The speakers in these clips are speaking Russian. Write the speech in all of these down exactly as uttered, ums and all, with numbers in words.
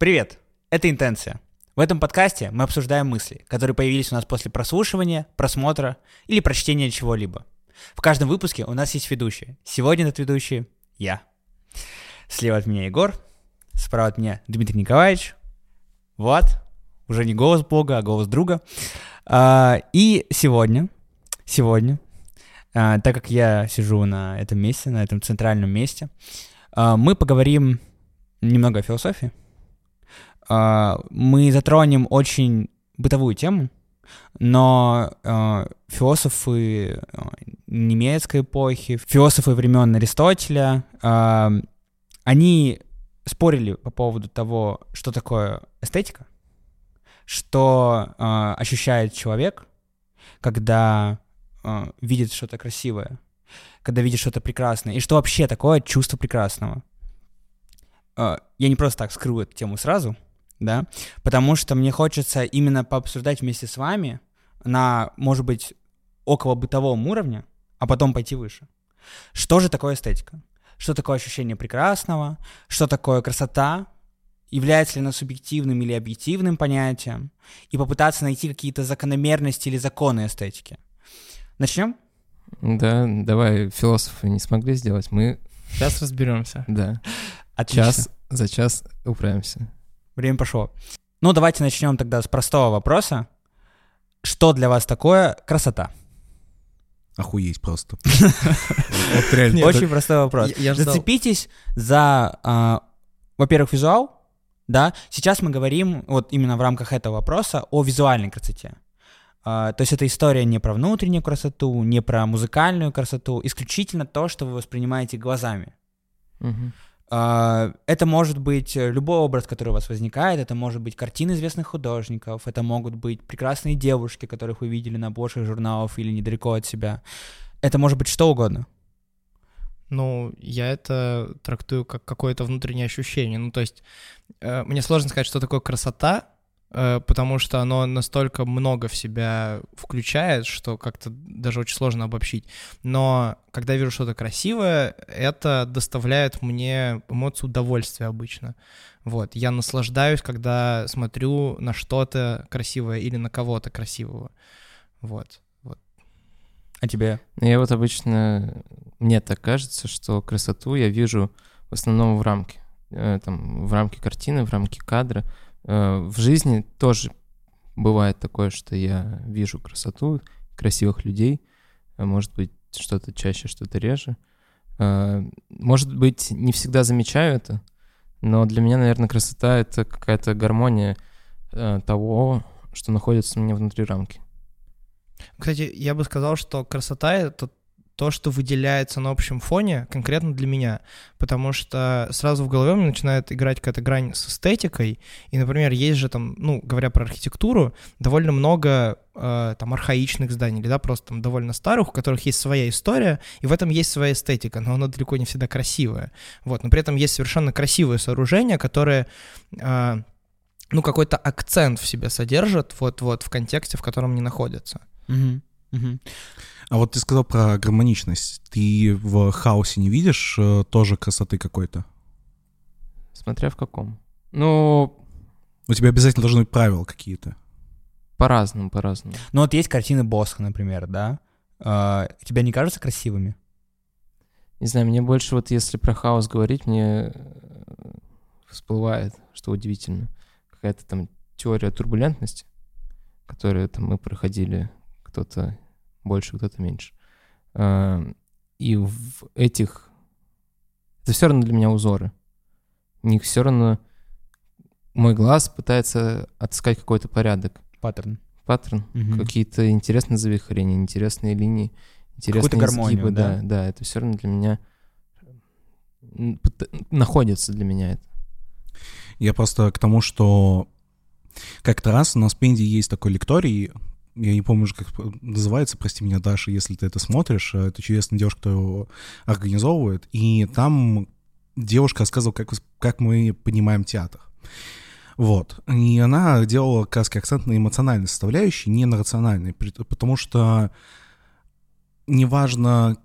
Привет, это «Интенция». В этом подкасте мы обсуждаем мысли, которые появились у нас после прослушивания, просмотра или прочтения чего-либо. В каждом выпуске у нас есть ведущие. Сегодня этот ведущий — я. Слева от меня Егор, справа от меня Дмитрий Николаевич. Вот, уже не голос Бога, а голос друга. А, и сегодня, сегодня, а, так как я сижу на этом месте, на этом центральном месте, а, мы поговорим немного о философии. А, мы затронем очень бытовую тему, но а, философы немецкой эпохи, философы времен Аристотеля, а, они спорили по поводу того, что такое эстетика, что э, ощущает человек, когда э, видит что-то красивое, когда видит что-то прекрасное, и что вообще такое чувство прекрасного. Э, я не просто так скрыл эту тему сразу, да, потому что мне хочется именно пообсуждать вместе с вами на, может быть, около бытовом уровне, а потом пойти выше. Что же такое эстетика? Что такое ощущение прекрасного? Что такое красота? Является ли она субъективным или объективным понятием? И попытаться найти какие-то закономерности или законы эстетики. Начнем? Да, давай, философы не смогли сделать, мы... Сейчас разберемся. Да. Отлично. Час за час управимся. Время пошло. Ну, давайте начнем тогда с простого вопроса. Что для вас такое красота? Охуеть просто. Очень простой вопрос. Зацепитесь за, во-первых, визуал, да. Сейчас мы говорим вот именно в рамках этого вопроса о визуальной красоте. То есть это история не про внутреннюю красоту, не про музыкальную красоту, исключительно то, что вы воспринимаете глазами. Это может быть любой образ, который у вас возникает, это может быть картины известных художников, это могут быть прекрасные девушки, которых вы видели на обложках журналов или недалеко от себя. Это может быть что угодно. Ну, я это трактую как какое-то внутреннее ощущение. Ну, то есть э, мне сложно сказать, что такое красота, э, потому что оно настолько много в себя включает, что как-то даже очень сложно обобщить. Но когда я вижу что-то красивое, это доставляет мне эмоцию удовольствия обычно. Вот. Я наслаждаюсь, когда смотрю на что-то красивое или на кого-то красивого. Вот. Вот. А тебе? Я вот обычно... Мне так кажется, что красоту я вижу в основном в рамке. Там, в рамке картины, в рамке кадра. В жизни тоже бывает такое, что я вижу красоту, красивых людей. Может быть, что-то чаще, что-то реже. Может быть, не всегда замечаю это, но для меня, наверное, красота — это какая-то гармония того, что находится у меня внутри рамки. Кстати, я бы сказал, что красота — это то, что выделяется на общем фоне конкретно для меня, потому что сразу в голове у меня начинает играть какая-то грань с эстетикой, и, например, есть же там, ну, говоря про архитектуру, довольно много э, там архаичных зданий, или, да, просто там довольно старых, у которых есть своя история, и в этом есть своя эстетика, но она далеко не всегда красивая, вот, но при этом есть совершенно красивые сооружения, которые... Э, ну, какой-то акцент в себе содержат вот-вот в контексте, в котором они находятся. Угу. Угу. А вот ты сказал про гармоничность. Ты в хаосе не видишь э, тоже красоты какой-то? Смотря в каком. Ну... У тебя обязательно должны быть правила какие-то. По-разному, по-разному. Ну вот есть картины Босха, например, да? А, тебе не кажутся красивыми? Не знаю, мне больше вот если про хаос говорить, мне всплывает, что удивительно, какая-то там теория турбулентности, которую там мы проходили, кто-то больше, кто-то меньше. И в этих... Это все равно для меня узоры. В них все равно мой глаз пытается отыскать какой-то порядок. Паттерн. Паттерн. Угу. Какие-то интересные завихрения, интересные линии, интересные гармонию, изгибы. да? Да, да, это все равно для меня... Находится для меня это. Я просто к тому, что как-то раз на Спенде есть такой лекторий, я не помню уже, как называется, прости меня, Даша, если ты это смотришь, это чудесная девушка, кто его организовывает, и там девушка рассказывала, как, как мы понимаем театр. Вот. И она делала как раз акцент на эмоциональной составляющей, не на рациональной, потому что неважно,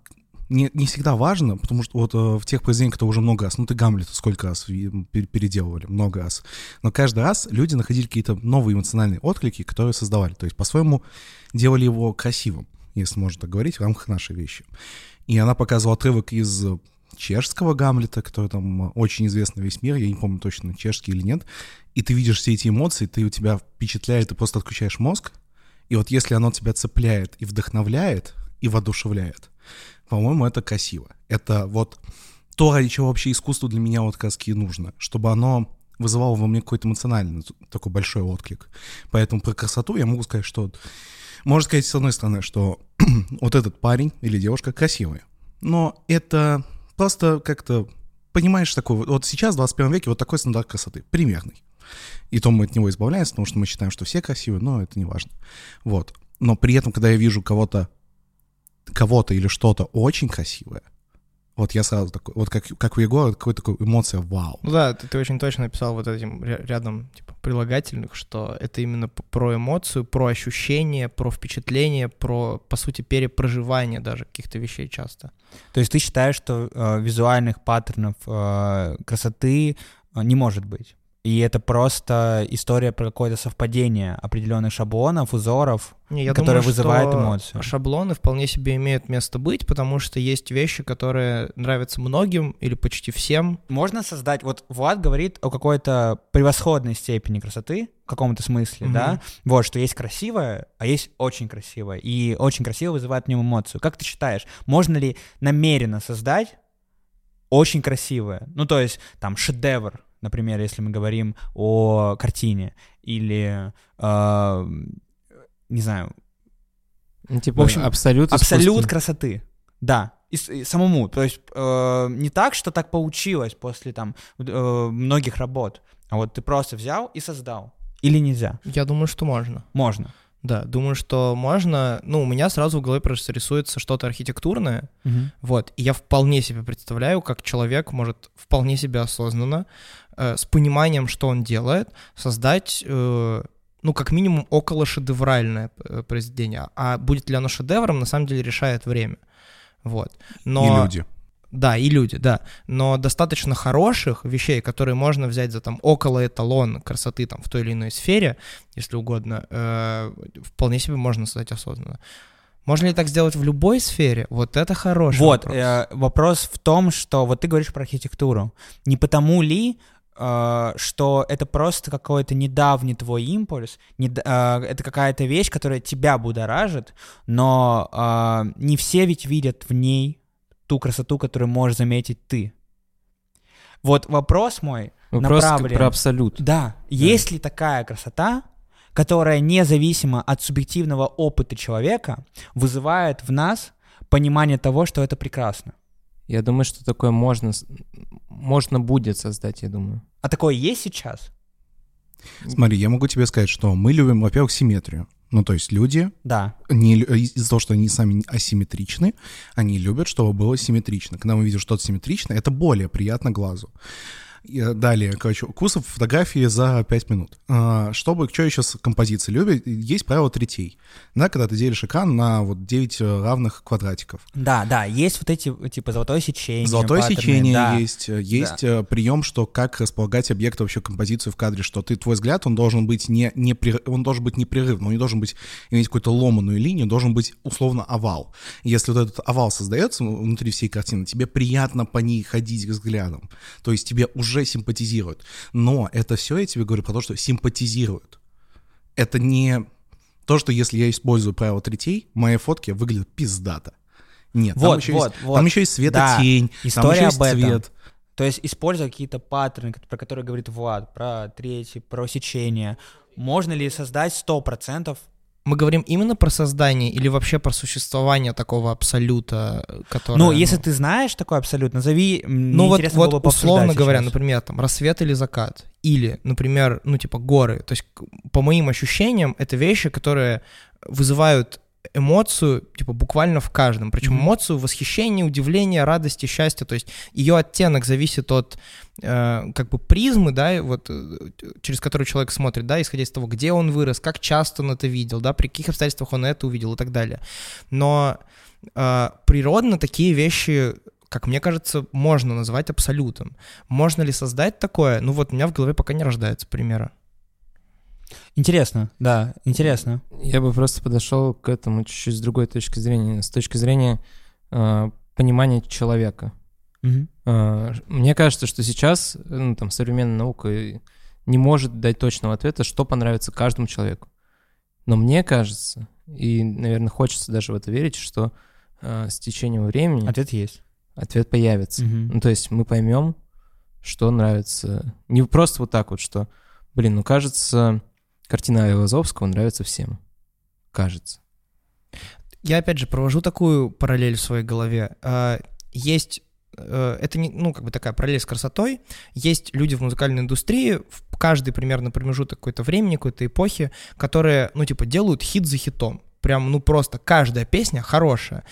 не, не всегда важно, потому что вот в тех произведениях, которые уже много раз, ну ты Гамлета сколько раз переделывали, много раз, но каждый раз люди находили какие-то новые эмоциональные отклики, которые создавали, то есть по-своему делали его красивым, если можно так говорить, в рамках нашей вещи. И она показывала отрывок из чешского Гамлета, который там очень известный весь мир, я не помню точно, чешский или нет, и ты видишь все эти эмоции, ты, у тебя впечатляет, ты просто отключаешь мозг, и вот если оно тебя цепляет и вдохновляет, и воодушевляет, по-моему, это красиво. Это вот то, ради чего вообще искусство для меня вот как раз и нужно, чтобы оно вызывало во мне какой-то эмоциональный такой большой отклик. Поэтому про красоту я могу сказать, что... Можно сказать, с одной стороны, что вот этот парень или девушка красивые, но это просто как-то, понимаешь, такой вот, вот сейчас в двадцать первом веке вот такой стандарт красоты, примерный. И то мы от него избавляемся, потому что мы считаем, что все красивые, но это не важно. Вот. Но при этом, когда я вижу кого-то, кого-то или что-то очень красивое, вот я сразу такой, вот как, как у Егора, какая-то такая эмоция вау. Ну да, ты, ты очень точно написал вот этим рядом типа прилагательных, что это именно про эмоцию, про ощущение, про впечатление, про, по сути, перепроживание даже каких-то вещей часто. То есть ты считаешь, что э, визуальных паттернов э, красоты э, не может быть? И это просто история про какое-то совпадение определенных шаблонов, узоров, Не, я которые думаю, вызывают что эмоцию. Шаблоны вполне себе имеют место быть, потому что есть вещи, которые нравятся многим или почти всем. Можно создать... Вот Влад говорит о какой-то превосходной степени красоты, в каком-то смысле, mm-hmm. да? Вот, что есть красивое, а есть очень красивое. И очень красиво вызывает в нем эмоцию. Как ты считаешь, можно ли намеренно создать очень красивое? Ну, то есть, там, шедевр, например, если мы говорим о картине, или, э, не знаю... Ну, типа, в общем, абсолют абсолют красоты, да, и, и самому, то есть э, не так, что так получилось после там э, многих работ, а вот ты просто взял и создал, или нельзя? Я думаю, что можно. Можно. Да, думаю, что можно. Ну, у меня сразу в голове просто рисуется что-то архитектурное, Угу. вот, и я вполне себе представляю, как человек может вполне себе осознанно, э, с пониманием, что он делает, создать, э, ну, как минимум, около шедевральное э, произведение. А будет ли оно шедевром, на самом деле решает время. Вот. Но... И люди. Да, и люди, да. Но достаточно хороших вещей, которые можно взять за там около эталон красоты там в той или иной сфере, если угодно, э, вполне себе можно создать осознанно. Можно ли так сделать в любой сфере? Вот это хороший вот, вопрос. Э, вопрос в том, что вот ты говоришь про архитектуру. Не потому ли, э, что это просто какой-то недавний твой импульс, не, э, это какая-то вещь, которая тебя будоражит, но э, не все ведь видят в ней ту красоту, которую можешь заметить ты. Вот вопрос мой Вопрос направлен... про абсолют. Да. Да. Есть ли такая красота, которая независимо от субъективного опыта человека вызывает в нас понимание того, что это прекрасно? Я думаю, что такое можно, можно будет создать, я думаю. А такое есть сейчас? Смотри, я могу тебе сказать, что мы любим, во-первых, симметрию. Ну, то есть люди, Да. не, из-за того, что они сами асимметричны, они любят, чтобы было симметрично. Когда мы видим что-то симметричное, это более приятно глазу. И далее, короче, курсов фотографии за пять минут. А, чтобы, что еще с композицией любят, есть правило третей. Да, когда ты делишь экран на вот девять равных квадратиков. Да, да, есть вот эти, типа, золотое сечение. Золотое паттерны, сечение да. есть. Есть да. прием, что как располагать объект, вообще композицию в кадре, что ты, твой взгляд, он должен быть не, не он должен быть непрерывным, он не должен быть, иметь какую-то ломаную линию, должен быть условно овал. Если вот этот овал создается внутри всей картины, тебе приятно по ней ходить взглядом. То есть тебе уже уже симпатизируют. Но это все, я тебе говорю про то, что симпатизируют. Это не то, что если я использую правило третей, мои фотки выглядят пиздато. Нет, вот, там, еще вот, есть, вот. там еще есть светотень, да. История там еще есть об этом. цвет. То есть, используя какие-то паттерны, про которые говорит Влад, про третий, про сечение, можно ли создать сто процентов? Мы говорим именно про создание или вообще про существование такого абсолюта, который... Ну, если ну... ты знаешь такой абсолют, назови, ну, вот, вот условно говоря, сейчас. Например, там, рассвет или закат, или, например, ну, типа, горы. То есть, по моим ощущениям, это вещи, которые вызывают эмоцию, типа, буквально в каждом. Причем Mm-hmm. эмоцию восхищения, удивления, радости, счастья. То есть ее оттенок зависит от э, как бы призмы, да, вот, через которую человек смотрит, да, исходя из того, где он вырос, как часто он это видел, да, при каких обстоятельствах он это увидел и так далее. Но э, природно такие вещи, как мне кажется, можно назвать абсолютом. Можно ли создать такое? Ну вот у меня в голове пока не рождается примера. Интересно, да, интересно. Я бы просто подошел к этому чуть-чуть с другой точки зрения, с точки зрения э, понимания человека. Угу. Э, мне кажется, что сейчас ну, там, современная наука не может дать точного ответа, что понравится каждому человеку. Но мне кажется, и, наверное, хочется даже в это верить, что э, с течением времени Ответ есть. ответ появится. Угу. Ну, то есть мы поймем, что нравится. Не просто вот так вот, что, блин, ну, кажется, картина Айвазовского нравится всем. Кажется. Я, опять же, провожу такую параллель в своей голове. Есть, это не, ну, как бы такая параллель с красотой. Есть люди в музыкальной индустрии, в каждый примерно промежуток какой-то времени, какой-то эпохи, которые, ну, типа, делают хит за хитом. Прям, ну, просто каждая песня хорошая.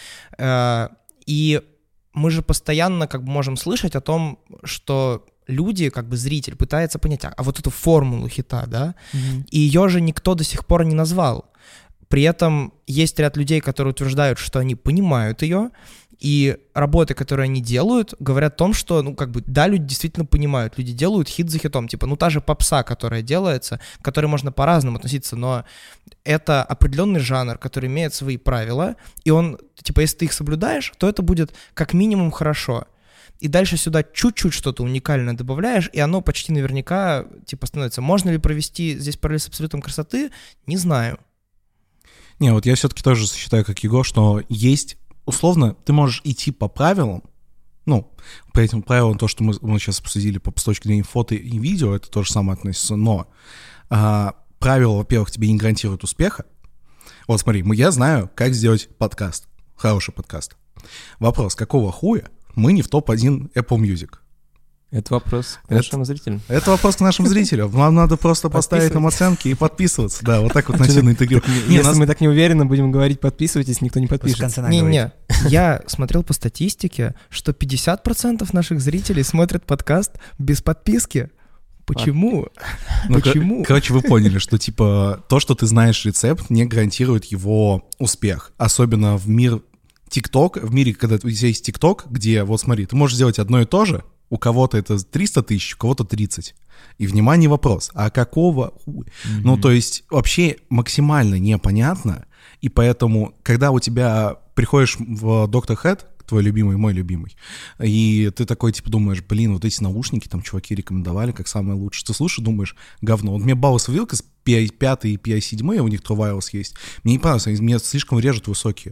И мы же постоянно, как бы, можем слышать о том, что люди, как бы зритель, пытается понять, а вот эту формулу хита, да, Угу. и ее же никто до сих пор не назвал. При этом есть ряд людей, которые утверждают, что они понимают ее, и работы, которые они делают, говорят о том, что, ну, как бы, да, люди действительно понимают, люди делают хит за хитом, типа, ну, та же попса, которая делается, к которой можно по-разному относиться, но это определенный жанр, который имеет свои правила, и он, типа, если ты их соблюдаешь, то это будет как минимум хорошо. И дальше сюда чуть-чуть что-то уникальное добавляешь, и оно почти наверняка, типа, становится. Можно ли провести здесь параллель с абсолютом красоты? Не знаю. Не, вот я все-таки тоже считаю, как Егор, что есть, условно, ты можешь идти по правилам, ну, по этим правилам, то, что мы, мы сейчас обсудили по, с точки зрения фото и видео, это то же самое относится, но а, правила, во-первых, тебе не гарантируют успеха. Вот смотри, я знаю, как сделать подкаст, хороший подкаст. Вопрос, какого хуя мы не в топ один Apple Music? Это вопрос к Это- нашим зрителям. Это вопрос к нашим зрителям. Нам надо просто поставить им оценки и подписываться. Да, вот так вот нативно интегрировать. Не, Если нас- мы так не уверенно будем говорить, подписывайтесь, никто не В подпишется. конце надо говорить. Не-не, я смотрел по статистике, что пятьдесят процентов наших зрителей смотрят подкаст без подписки. Почему? Ну, кор- Почему? Короче, вы поняли, что типа то, что ты знаешь рецепт, не гарантирует его успех. Особенно в мир ТикТок, в мире, когда у тебя есть ТикТок, где, вот смотри, ты можешь сделать одно и то же, у кого-то это триста тысяч, у кого-то тридцать. И, внимание, вопрос, а какого хуя? Мгм. Ну, то есть вообще максимально непонятно, и поэтому, когда у тебя приходишь в доктор Хэт, твой любимый, мой любимый, и ты такой, типа, думаешь, блин, вот эти наушники там чуваки рекомендовали как самое лучшее. Ты слушаешь, думаешь, говно. Вот мне Bose Wilkins пи ай пять и пи ай семь, у них True Wireless есть, мне не понравилось, они меня слишком режут высокие.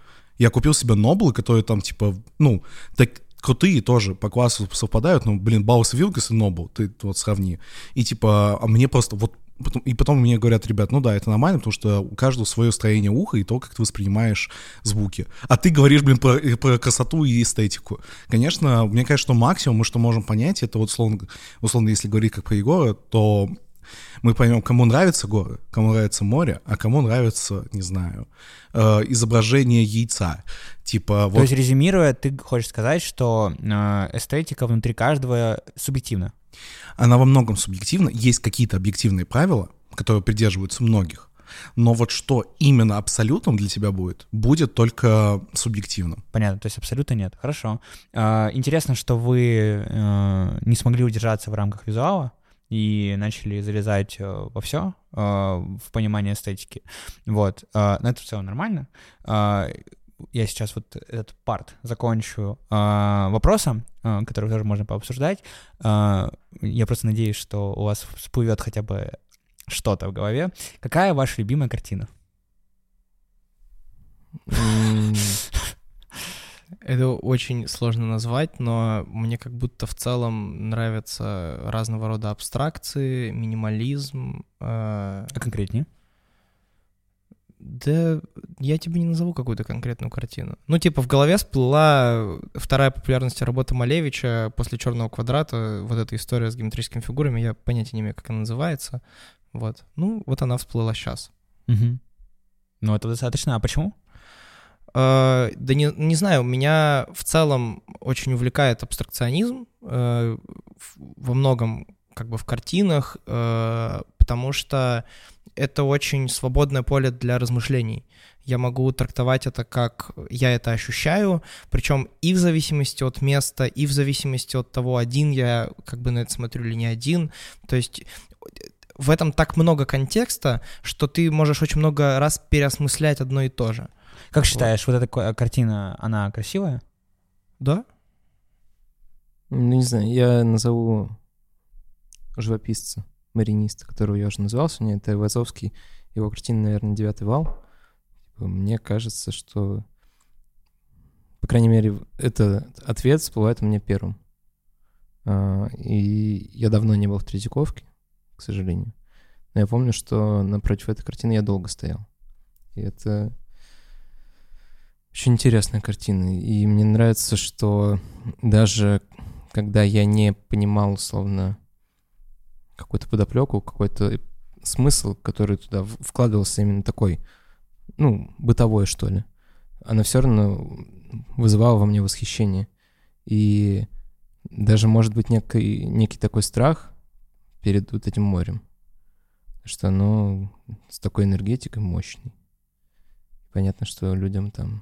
Я купил себе Ноблы, которые там, типа, ну, так крутые тоже по классу совпадают, но, блин, Bose Wilkins и Нобл, ты вот сравни. И, типа, а мне просто вот... Потом, и потом мне говорят, ребят, ну да, это нормально, потому что у каждого свое строение уха и то, как ты воспринимаешь звуки. А ты говоришь, блин, про, про красоту и эстетику. Конечно, мне кажется, что максимум, мы что можем понять, это вот, условно, условно если говорить как про Егора, то мы поймем, кому нравятся горы, кому нравится море, а кому нравится, не знаю, э, изображение яйца. Типа, То вот, есть, резюмируя, ты хочешь сказать, что э, эстетика внутри каждого субъективна? она во многом субъективна. Есть какие-то объективные правила, которые придерживаются многих. Но вот что именно абсолютным для тебя будет, будет только субъективным. Понятно, то есть абсолютно нет. Хорошо. Э, интересно, что вы э, не смогли удержаться в рамках визуала и начали залезать э, во все э, в понимание эстетики. Вот. Э, но это в целом нормально. Э, я сейчас вот этот парт закончу э, вопросом, э, который тоже можно пообсуждать. Э, я просто надеюсь, что у вас всплывет хотя бы что-то в голове. Какая ваша любимая картина? М, Это очень сложно назвать, но мне как будто в целом нравятся разного рода абстракции, минимализм. э, А конкретнее? Да я тебе не назову какую-то конкретную картину. Ну, типа, в голове всплыла вторая популярность работы Малевича после «Черного квадрата». Вот эта история с геометрическими фигурами. Я понятия не имею, как она называется. Вот. Ну, вот она всплыла сейчас. Угу. Ну, это достаточно. А почему? Э, да не, не знаю, меня в целом очень увлекает абстракционизм э, во многом как бы в картинах, э, потому что это очень свободное поле для размышлений. Я могу трактовать это, как я это ощущаю, причем и в зависимости от места, и в зависимости от того, один я как бы на это смотрю или не один. То есть в этом так много контекста, что ты можешь очень много раз переосмыслять одно и то же. Как считаешь, вот, вот эта картина, она красивая? Да? Ну, не знаю, я назову живописца, мариниста, которого я уже назвал сегодня, это Айвазовский, его картина, наверное, «Девятый вал». Мне кажется, что, по крайней мере, этот ответ всплывает у меня первым. И я давно не был в Третьяковке, к сожалению. Но я помню, что напротив этой картины я долго стоял. И это очень интересная картина. И мне нравится, что даже когда я не понимал, условно, какую-то подоплеку, какой-то смысл, который туда вкладывался именно такой, ну, бытовой, что ли, она все равно вызывала во мне восхищение. И даже, может быть, некий, некий такой страх перед вот этим морем, что оно с такой энергетикой мощной. Понятно, что людям там...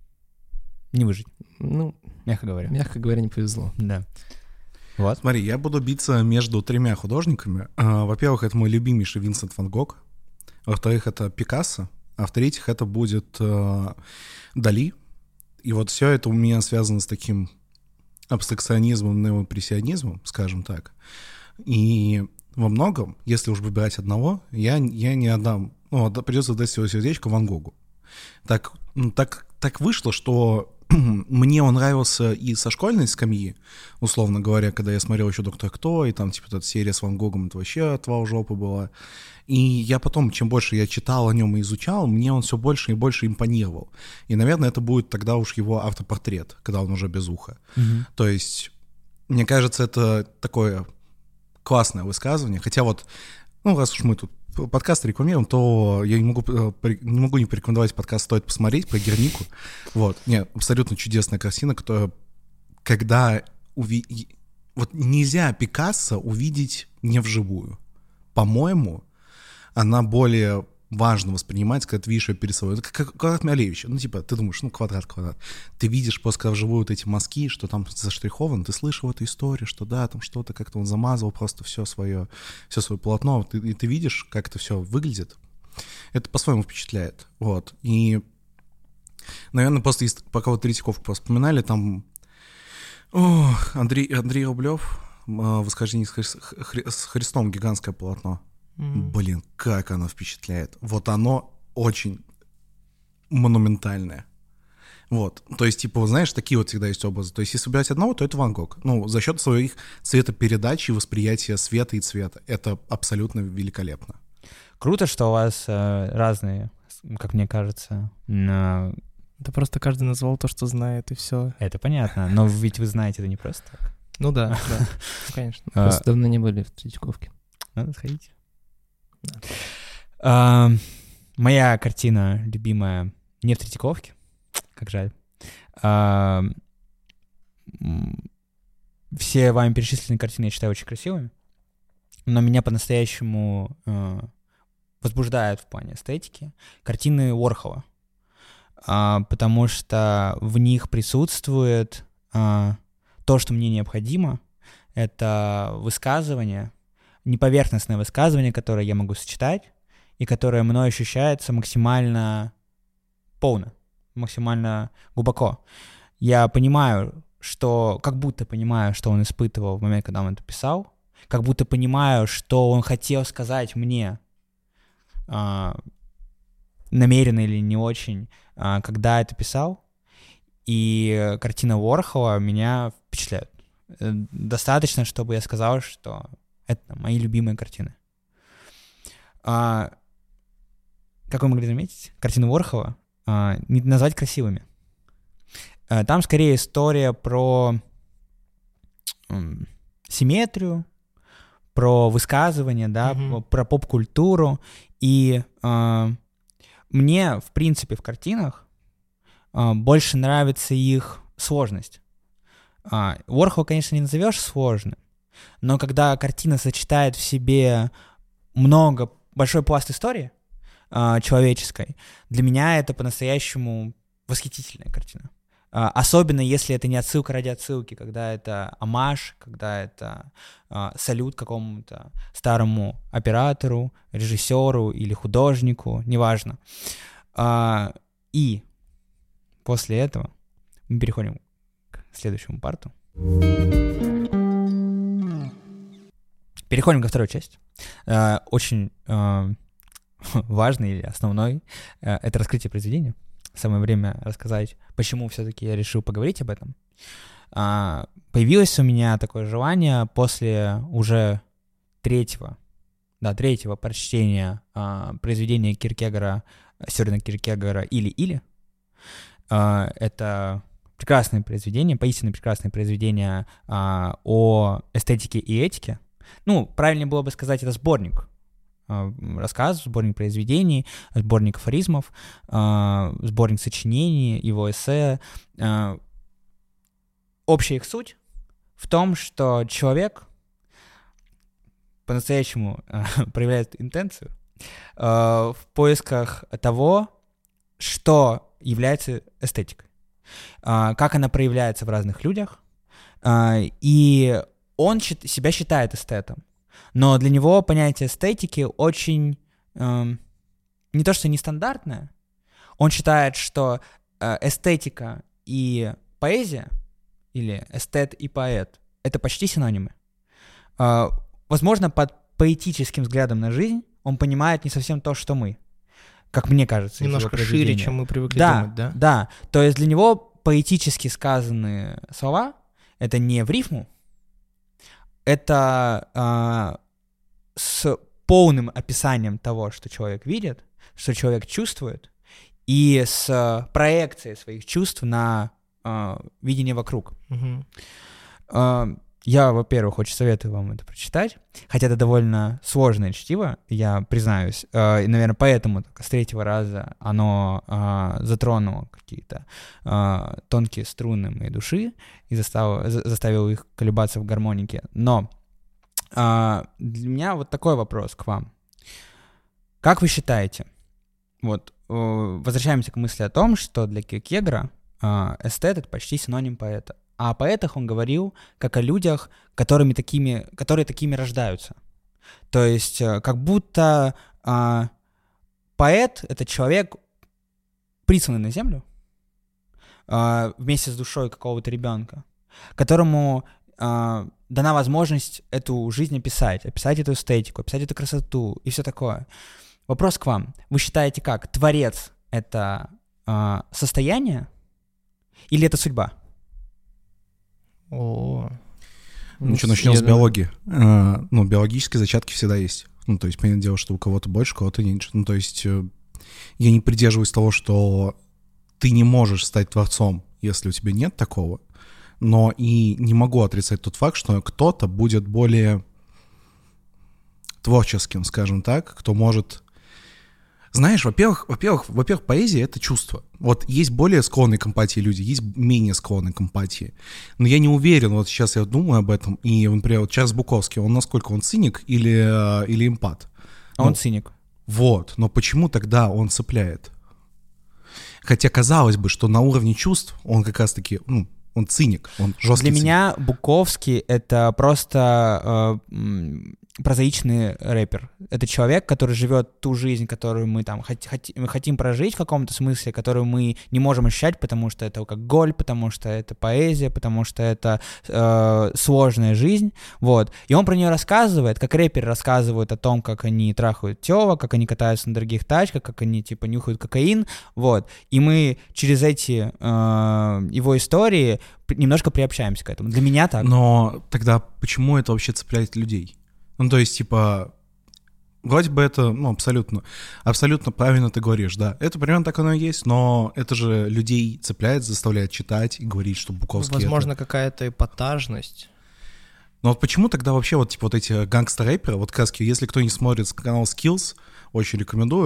Не выжить. Ну, мягко говоря. Мягко говоря, не повезло. Да. Вот. Смотри, я буду биться между тремя художниками. Во-первых, это мой любимейший Винсент Ван Гог. Во-вторых, это Пикассо. А в-третьих, это будет Дали. И вот все это у меня связано с таким абстракционизмом, неоимпрессионизмом, скажем так. И во многом, если уж выбирать одного, я, я не отдам, ну, придется отдать свое сердечко Ван Гогу. Так, так, так вышло, что мне он нравился и со школьной скамьи, условно говоря, когда я смотрел еще «Доктор Кто», и там типа эта серия с Ван Гогом, это вообще отвал жопы была. И я потом, чем больше я читал о нем и изучал, мне он все больше и больше импонировал. И, наверное, это будет тогда уж его автопортрет, когда он уже без уха. Mm-hmm. То есть, мне кажется, это такое классное высказывание. Хотя вот, ну, раз уж мы тут подкаст рекламируем, то я не могу, не могу не порекомендовать подкаст «Стоит посмотреть» про Гернику. Вот. Нет, абсолютно чудесная картина, которая, когда уви... вот нельзя Пикассо увидеть не вживую. По-моему, она более важно воспринимать, когда ты видишь ее перед собой. Это как квадрат Малевича. Ну, типа, ты думаешь, ну, квадрат, квадрат. Ты видишь просто, когда вживую вот эти мазки, что там заштриховано, ты слышал эту историю, что да, там что-то как-то он замазывал просто все свое, все свое полотно, ты, и ты видишь, как это все выглядит. Это по-своему впечатляет. Вот. И, наверное, просто пока вот Третьяковку просто вспоминали, там о, Андрей, Андрей Рублев, «Восхождение с Христом», гигантское полотно. Mm. Блин, как оно впечатляет. Вот оно очень монументальное. Вот. То есть, типа, знаешь, такие вот всегда есть образы. То есть, если выбирать одного, то это Ван Гог. Ну, за счет своих цветопередачи и восприятия света и цвета. Это абсолютно великолепно. Круто, что у вас э, разные, как мне кажется. Но... Да просто каждый назвал то, что знает, и все. Это понятно. Но ведь вы знаете это не просто так. Ну да, да, конечно. Просто давно не были в Третьяковке. Надо сходить. Да. А, моя картина любимая не в Третьяковке, как жаль. А, все вами перечисленные картины я считаю очень красивыми, но меня по-настоящему а, возбуждают в плане эстетики картины Уорхола, а, потому что в них присутствует а, то, что мне необходимо, это высказывание, неповерхностное высказывание, которое я могу сочетать, и которое мной ощущается максимально полно, максимально глубоко. Я понимаю, что, как будто понимаю, что он испытывал в момент, когда он это писал, как будто понимаю, что он хотел сказать мне, а, намеренно или не очень, а, когда это писал, и картина Уорхола меня впечатляет. Достаточно, чтобы я сказал, что это мои любимые картины. А, как вы могли заметить, картины Уорхола а, не назвать красивыми. А, там скорее история про м, симметрию, про высказывание, да, mm-hmm. про поп-культуру. И а, мне, в принципе, в картинах а, больше нравится их сложность. А, Уорхола, конечно, не назовешь сложным, но когда картина сочетает в себе много, большой пласт истории а, человеческой, для меня это по-настоящему восхитительная картина. А, особенно если это не отсылка ради отсылки, когда это омаж, когда это а, салют какому-то старому оператору, режиссеру или художнику, неважно. А, и после этого мы переходим к следующему парту. Переходим ко второй части. А, очень а, важный или основной а, — это раскрытие произведения. Самое время рассказать, почему все-таки я решил поговорить об этом. А, появилось у меня такое желание после уже третьего, да, третьего прочтения а, произведения Киркегора, Сёрена Киркегора «Или-или». А, это прекрасное произведение, поистине прекрасное произведение а, о эстетике и этике. Ну, правильнее было бы сказать, это сборник рассказов, сборник произведений, сборник афоризмов, сборник сочинений, его эссе. Общая их суть в том, что человек по-настоящему проявляет интенцию в поисках того, что является эстетикой, как она проявляется в разных людях, и он себя считает эстетом. Но для него понятие эстетики очень э, не то что нестандартное. Он считает, что э, эстетика и поэзия, или эстет и поэт, это почти синонимы. Э, возможно, под поэтическим взглядом на жизнь он понимает не совсем то, что мы, как мне кажется. Немножко шире, чем мы привыкли да, думать, да? Да, то есть для него поэтически сказанные слова — это не в рифму, это э, с полным описанием того, что человек видит, что человек чувствует, и с проекцией своих чувств на э, видение вокруг. Угу. Э, я, во-первых, очень советую вам это прочитать, хотя это довольно сложное чтиво, я признаюсь, э, и, наверное, поэтому только с третьего раза оно э, затронуло какие-то э, тонкие струны моей души и заставило, заставило их колебаться в гармонике. Но э, для меня вот такой вопрос к вам. Как вы считаете, вот э, возвращаемся к мысли о том, что для Киркегора э, эстет — это почти синоним поэта. А о поэтах он говорил как о людях, которыми такими, которые такими рождаются. То есть как будто а, поэт — это человек, присланный на землю а, вместе с душой какого-то ребенка, которому а, дана возможность эту жизнь описать, описать эту эстетику, описать эту красоту и все такое. Вопрос к вам. Вы считаете как? Творец — это а, состояние или это судьба? О, ну что, начнем с биологии. А, ну, биологические зачатки всегда есть. Ну, то есть, понятное дело, что у кого-то больше, у кого-то меньше. Ну, то есть, я не придерживаюсь того, что ты не можешь стать творцом, если у тебя нет такого. Но и не могу отрицать тот факт, что кто-то будет более творческим, скажем так, кто может... Знаешь, во-первых, во-первых, во-первых, поэзия — это чувство. Вот есть более склонные к эмпатии люди, есть менее склонные к эмпатии. Но я не уверен, вот сейчас я думаю об этом, и, например, вот Чарльз Буковский, он насколько он циник или, или эмпат? Он ну, циник. Вот, но почему тогда он цепляет? Хотя казалось бы, что на уровне чувств он как раз-таки, ну, он циник, он жесткий Для циник. меня Буковский — это просто э, прозаичный рэпер. Это человек, который живет ту жизнь, которую мы там хот- хот- мы хотим прожить в каком-то смысле, которую мы не можем ощущать, потому что это алкоголь, потому что это поэзия, потому что это э, сложная жизнь. Вот. И он про нее рассказывает, как рэперы рассказывают о том, как они трахают тёлок, как они катаются на дорогих тачках, как они типа нюхают кокаин. Вот. И мы через эти э, его истории немножко приобщаемся к этому. Для меня так. Но тогда почему это вообще цепляет людей? Ну, то есть, типа, вроде бы это, ну, абсолютно, абсолютно правильно ты говоришь, да. Это примерно так оно и есть, но это же людей цепляет, заставляет читать и говорить, что Буковский возможно, это... какая-то эпатажность. Но вот почему тогда вообще вот, типа, вот эти гангстер-рэперы, вот, как раз, если кто не смотрит канал Skills, очень рекомендую,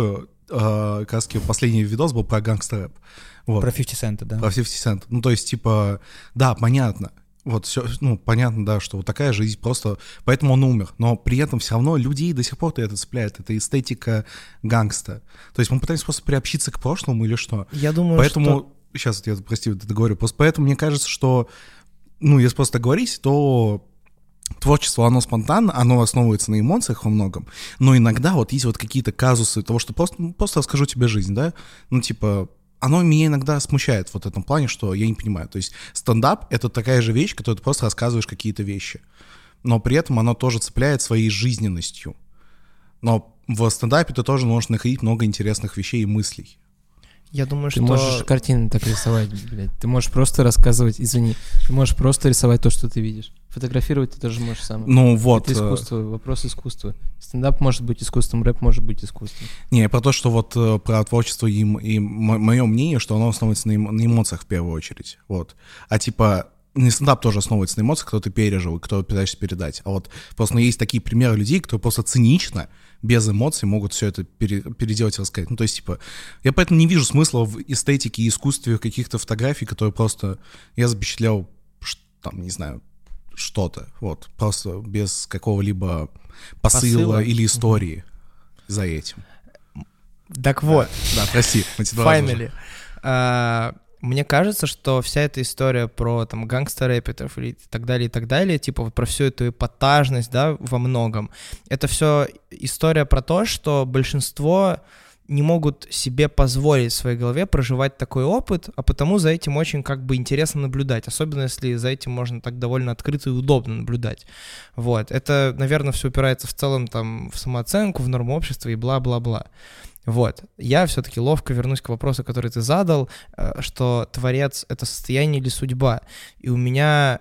э, как раз последний видос был про гангстер-рэп. Вот. Про фифти Cent, да? Про фифти Cent. Ну, то есть, типа, да, понятно. Вот все, ну, понятно, да, что вот такая жизнь просто... Поэтому он умер. Но при этом все равно людей до сих пор это цепляет. Это эстетика гангста. То есть мы пытаемся просто приобщиться к прошлому или что? Я думаю, поэтому... что... Сейчас, я, прости, это говорю. Просто поэтому мне кажется, что, ну, если просто говорить, то творчество, оно спонтанно, оно основывается на эмоциях во многом. Но иногда вот есть вот какие-то казусы того, что просто, ну, просто расскажу тебе жизнь, да? Ну, типа... Оно меня иногда смущает вот в этом плане, что я не понимаю. То есть стендап — это такая же вещь, которую ты просто рассказываешь какие-то вещи. Но при этом оно тоже цепляет своей жизненностью. Но в стендапе ты тоже можешь находить много интересных вещей и мыслей. Я думаю, ты что... Ты можешь картины так рисовать, блядь. Ты можешь просто рассказывать, извини, ты можешь просто рисовать то, что ты видишь. Фотографировать ты тоже можешь сам. Ну вот. Это искусство, вопрос искусства. Стендап может быть искусством, рэп может быть искусством. Не, про то, что вот про творчество и, и мое мнение, что оно основывается на, эмо- на эмоциях в первую очередь. Вот. А типа... Не стендап тоже основывается на эмоциях, кто ты пережил и кто пытаешься передать. А вот просто ну, есть такие примеры людей, которые просто цинично, без эмоций могут все это пере, переделать и рассказать. Ну, то есть, типа, я поэтому не вижу смысла в эстетике и искусстве каких-то фотографий, которые просто я запечатлел, там, не знаю, что-то, вот, просто без какого-либо посыла, посыла? или истории mm-hmm. за этим. Так вот. Да, да прости. Finally. Мне кажется, что вся эта история про там гангстер-рэперов и так далее, и так далее, типа вот про всю эту эпатажность, да, во многом, это все история про то, что большинство не могут себе позволить в своей голове проживать такой опыт, а потому за этим очень как бы интересно наблюдать, особенно если за этим можно так довольно открыто и удобно наблюдать. Вот. Это, наверное, все упирается в целом там в самооценку, в норму общества и бла-бла-бла. Вот. Я все-таки ловко вернусь к вопросу, который ты задал, что творец — это состояние или судьба. И у меня...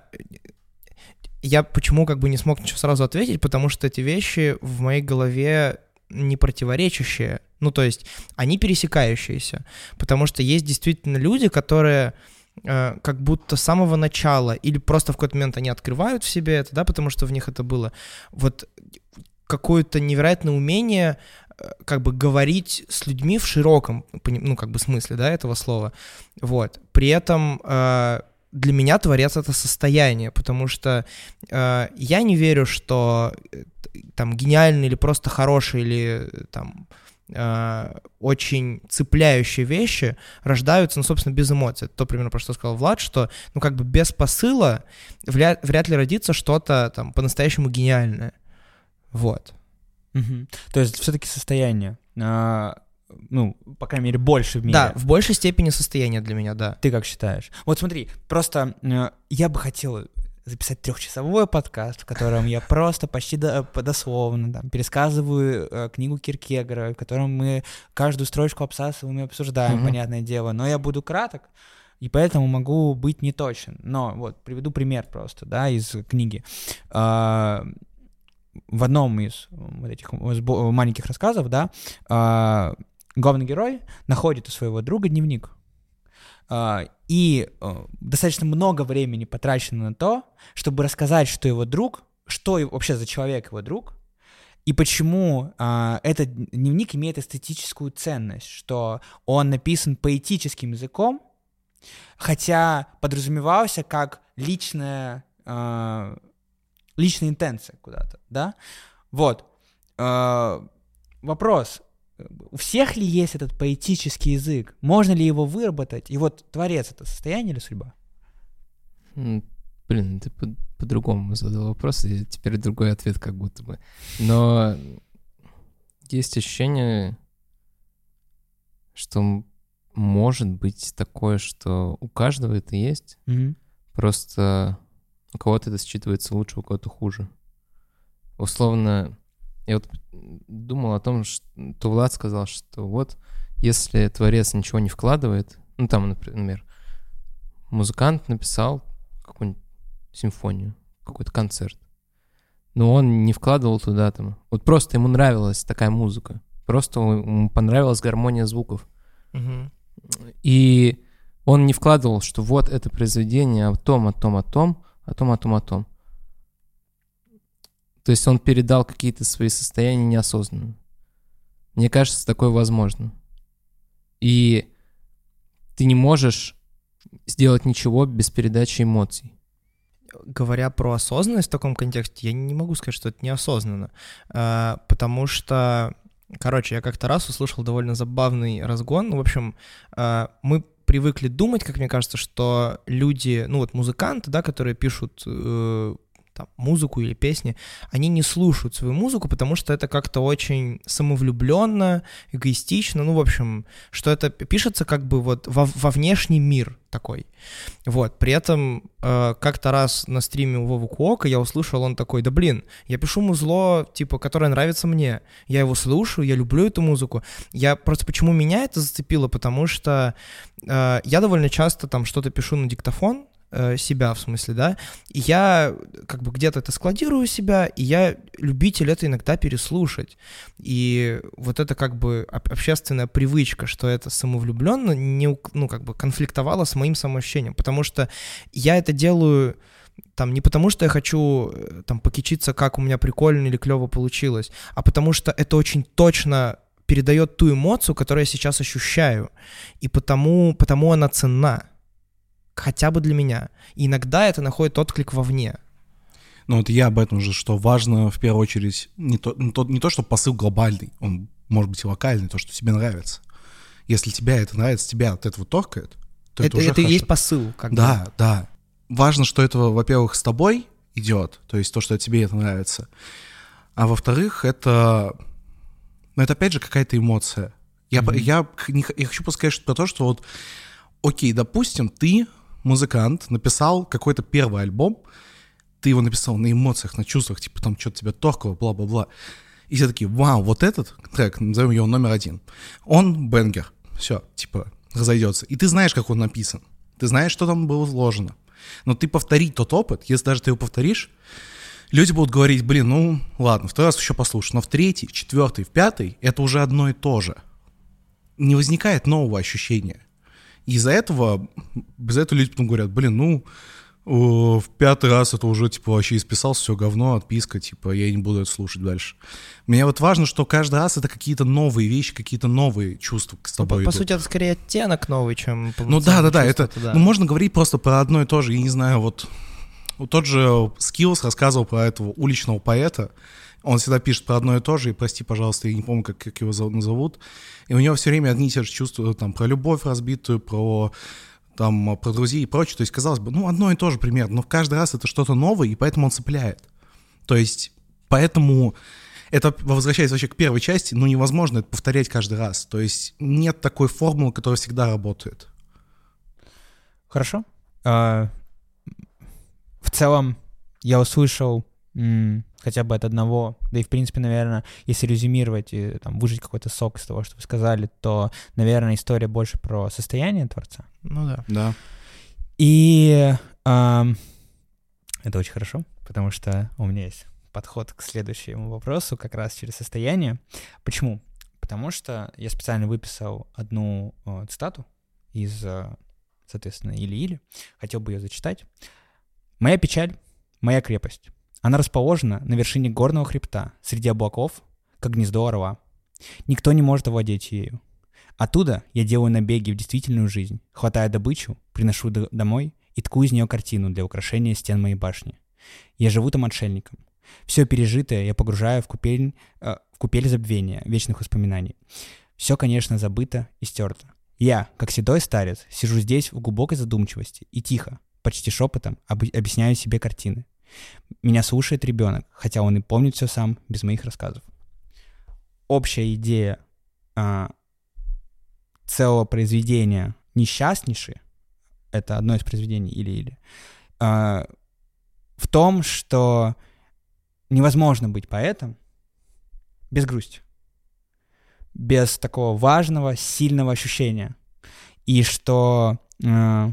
Я почему как бы не смог ничего сразу ответить, потому что эти вещи в моей голове не противоречащие. Ну, то есть они пересекающиеся. Потому что есть действительно люди, которые э, как будто с самого начала или просто в какой-то момент они открывают в себе это, да, потому что в них это было. Вот какое-то невероятное умение как бы говорить с людьми в широком, ну, как бы смысле, да, этого слова. Вот. При этом э, для меня творец — это состояние, потому что э, я не верю, что там гениальный или просто хороший или там э, очень цепляющие вещи рождаются, ну, собственно, без эмоций. Это то, примерно, про что сказал Влад, что, ну, как бы без посыла вряд, вряд ли родится что-то там по-настоящему гениальное. Вот. Угу. То есть все-таки состояние, а, ну, по крайней мере, больше в мире. Да, в большей степени состояние для меня, да. Ты как считаешь? Вот смотри, просто э, я бы хотел записать трехчасовой подкаст, в котором я просто почти до, дословно там, пересказываю э, книгу Киркегора, в котором мы каждую строчку обсасываем и обсуждаем, mm-hmm. понятное дело, но я буду краток, и поэтому могу быть неточен. Но вот приведу пример просто, да, из книги. А, в одном из вот этих маленьких рассказов, да, э, главный герой находит у своего друга дневник. Э, и э, достаточно много времени потрачено на то, чтобы рассказать, что его друг, что вообще за человек его друг, и почему э, этот дневник имеет эстетическую ценность, что он написан поэтическим языком, хотя подразумевался как личная... Э, личная интенция куда-то, да? Вот. Э, вопрос. У всех ли есть этот поэтический язык? Можно ли его выработать? И вот творец — это состояние или судьба? Блин, ты по- по-другому задал вопрос, и теперь другой ответ как будто бы. Но есть ощущение, что может быть такое, что у каждого это есть, Mm-hmm. просто... У кого-то это считывается лучше, у кого-то хуже. Условно, я вот думал о том, что Влад сказал, что вот если творец ничего не вкладывает, ну там, например, музыкант написал какую-нибудь симфонию, какой-то концерт, но он не вкладывал туда там, вот просто ему нравилась такая музыка, просто ему понравилась гармония звуков. Mm-hmm. И он не вкладывал, что вот это произведение о том, о том, о том, о том, о том, о том. То есть он передал какие-то свои состояния неосознанно. Мне кажется, такое возможно. И ты не можешь сделать ничего без передачи эмоций. Говоря про осознанность в таком контексте, я не могу сказать, что это неосознанно, а, потому что, короче, я как-то раз услышал довольно забавный разгон. Ну, в общем, а, мы привыкли думать, как мне кажется, что люди, ну вот музыканты, да, которые пишут э, там, музыку или песни, они не слушают свою музыку, потому что это как-то очень самовлюбленно, эгоистично, ну, в общем, что это пишется как бы вот во, во внешний мир такой. Вот, при этом э, как-то раз на стриме у Вовы Куока я услышал, он такой: да блин, я пишу музло, типа, которое нравится мне, я его слушаю, я люблю эту музыку. Я просто, почему меня это зацепило, потому что э, я довольно часто там что-то пишу на диктофон, себя, в смысле, да, и я как бы где-то это складирую себя, и я любитель это иногда переслушать. И вот это как бы общественная привычка, что это самовлюбленно, не, ну, как бы конфликтовало с моим самоощущением, потому что я это делаю там не потому, что я хочу там покичиться, как у меня прикольно или клево получилось, а потому что это очень точно передает ту эмоцию, которую я сейчас ощущаю, и потому, потому она ценна. Хотя бы для меня. И иногда это находит отклик вовне. Ну вот я об этом же, что важно в первую очередь не то, не то, не то, что посыл глобальный, он может быть и локальный, то, что тебе нравится. Если тебе это нравится, тебя от этого торкает, то это, это уже Это и хорошо. есть посыл. Как да, бы. да. Важно, что это, во-первых, с тобой идет, то есть то, что тебе это нравится. А во-вторых, это, ну, это опять же какая-то эмоция. Я, mm-hmm. я, не, я хочу сказать про то, что вот, окей, допустим, ты музыкант, написал какой-то первый альбом, ты его написал на эмоциях, на чувствах, типа там что-то тебя торкало, бла-бла-бла. И все такие: вау, вот этот трек, назовем его номер один, он бенгер, все, типа, разойдется. И ты знаешь, как он написан, ты знаешь, что там было вложено. Но ты повторить тот опыт, если даже ты его повторишь, люди будут говорить: блин, ну ладно, второй раз еще послушай, но в третий, в четвертый, в пятый это уже одно и то же. Не возникает нового ощущения. И из-за этого, из-за этого люди потом говорят: блин, ну, в пятый раз это уже, типа, вообще исписался, все говно, отписка, типа, я не буду это слушать дальше. Мне вот важно, что каждый раз это какие-то новые вещи, какие-то новые чувства с тобой ну, по, идут. по сути, это скорее оттенок новый, чем... Ну да-да-да, это, это да. Ну, можно говорить просто про одно и то же, я не знаю, вот, вот тот же Skills рассказывал про этого уличного поэта. Он всегда пишет про одно и то же, и, прости, пожалуйста, я не помню, как, как его назовут. И у него все время одни и те же чувства, там, про любовь разбитую, про, там, про друзей и прочее. То есть, казалось бы, ну, одно и то же примерно, но каждый раз это что-то новое, и поэтому он цепляет. То есть, поэтому это, возвращаясь вообще к первой части, ну, невозможно это повторять каждый раз. То есть, нет такой формулы, которая всегда работает. Хорошо. В целом, я услышал хотя бы от одного, да и в принципе, наверное, если резюмировать и там, выжать какой-то сок из того, что вы сказали, то, наверное, история больше про состояние творца. Ну да. Да. И э, это очень хорошо, потому что у меня есть подход к следующему вопросу как раз через состояние. Почему? Потому что я специально выписал одну э, цитату из, э, соответственно, Или-Или. Хотел бы ее зачитать. «Моя печаль, моя крепость. Она расположена на вершине горного хребта, среди облаков, как гнездо орла. Никто не может овладеть ею. Оттуда я делаю набеги в действительную жизнь, хватаю добычу, приношу д- домой и тку из нее картину для украшения стен моей башни. Я живу там отшельником. Все пережитое я погружаю в купель, э, в купель забвения, вечных воспоминаний. Все, конечно, забыто и стерто. Я, как седой старец, сижу здесь в глубокой задумчивости и тихо, почти шепотом, об- объясняю себе картины. Меня слушает ребенок, хотя он и помнит все сам, без моих рассказов». Общая идея а, целого произведения «Несчастнейший» — это одно из произведений Или-Или, а, в том, что невозможно быть поэтом без грусти, без такого важного, сильного ощущения. И что а,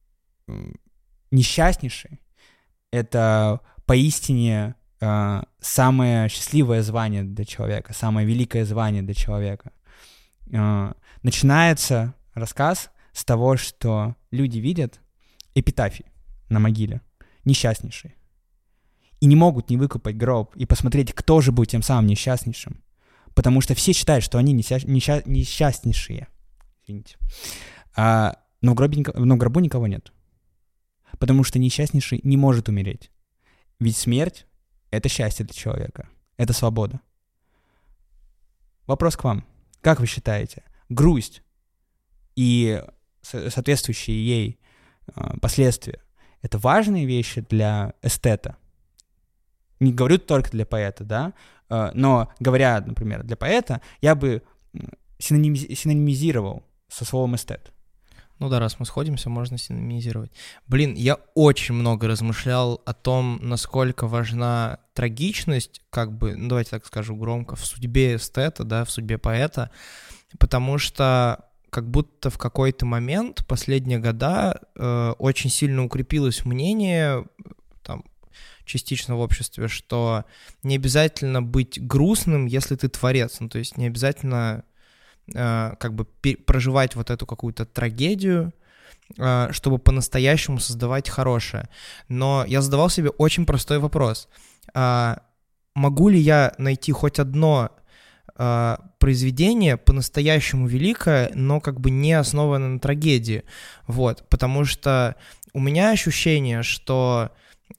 «Несчастнейший» — это поистине э, самое счастливое звание для человека, самое великое звание для человека. Э, начинается рассказ с того, что люди видят эпитафии на могиле, несчастнейший, и не могут не выкопать гроб и посмотреть, кто же был тем самым несчастнейшим, потому что все считают, что они неся- несча- несчастнейшие. Извините. А, но, в гробе, но в гробу никого нет. Потому что несчастнейший не может умереть. Ведь смерть — это счастье для человека. Это свобода. Вопрос к вам. Как вы считаете, грусть и соответствующие ей э, последствия — это важные вещи для эстета? Не говорю только для поэта, да, э, но говоря, например, для поэта, я бы синонимиз- синонимизировал со словом эстет. Ну да, раз мы сходимся, можно синонимизировать. Блин, я очень много размышлял о том, насколько важна трагичность, как бы, ну давайте так скажу громко, в судьбе эстета, да, в судьбе поэта, потому что как будто в какой-то момент, последние года, э, очень сильно укрепилось мнение, там, частично в обществе, что не обязательно быть грустным, если ты творец, ну то есть не обязательно как бы проживать вот эту какую-то трагедию, чтобы по-настоящему создавать хорошее. Но я задавал себе очень простой вопрос. Могу ли я найти хоть одно произведение по-настоящему великое, но как бы не основанное на трагедии? Вот, потому что у меня ощущение, что...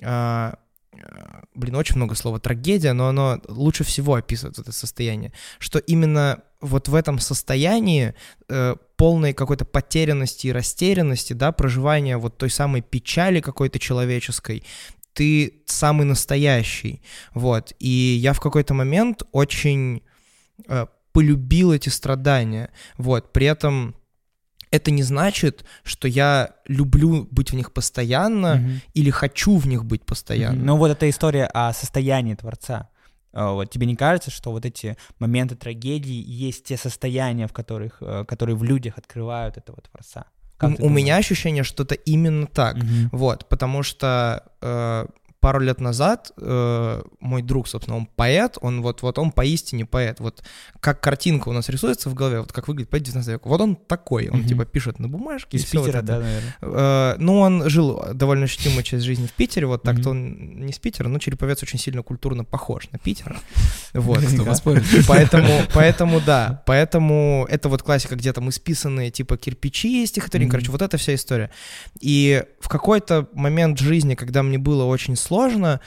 Блин, очень много слова трагедия, но оно лучше всего описывает это состояние, что именно вот в этом состоянии э, полной какой-то потерянности и растерянности, да, проживания вот той самой печали какой-то человеческой, ты самый настоящий, вот, и я в какой-то момент очень э, полюбил эти страдания, вот, при этом... Это не значит, что я люблю быть в них постоянно mm-hmm. или хочу в них быть постоянно. Mm-hmm. Ну вот эта история о состоянии творца. Вот тебе не кажется, что вот эти моменты трагедии есть те состояния, в которых, которые в людях открывают этого творца? Как у у меня ощущение, что это именно так. Mm-hmm. Вот, потому что... Э, пару лет назад э, мой друг, собственно, он поэт, он вот, вот он поистине поэт. Вот как картинка у нас рисуется в голове, вот как выглядит поэт девятнадцатого века. Вот он такой, он mm-hmm. типа пишет на бумажке. Из Питера, вот да, наверное. Э, ну, он жил довольно ощутимую часть жизни в Питере, вот так-то mm-hmm. он не из Питера, но Череповец очень сильно культурно похож на Питер. Вот. Поэтому, поэтому, да, поэтому это вот классика, где там исписанные типа кирпичи стихотворения, короче, вот эта вся история. И в какой-то момент жизни, когда мне было очень сложно, сложно.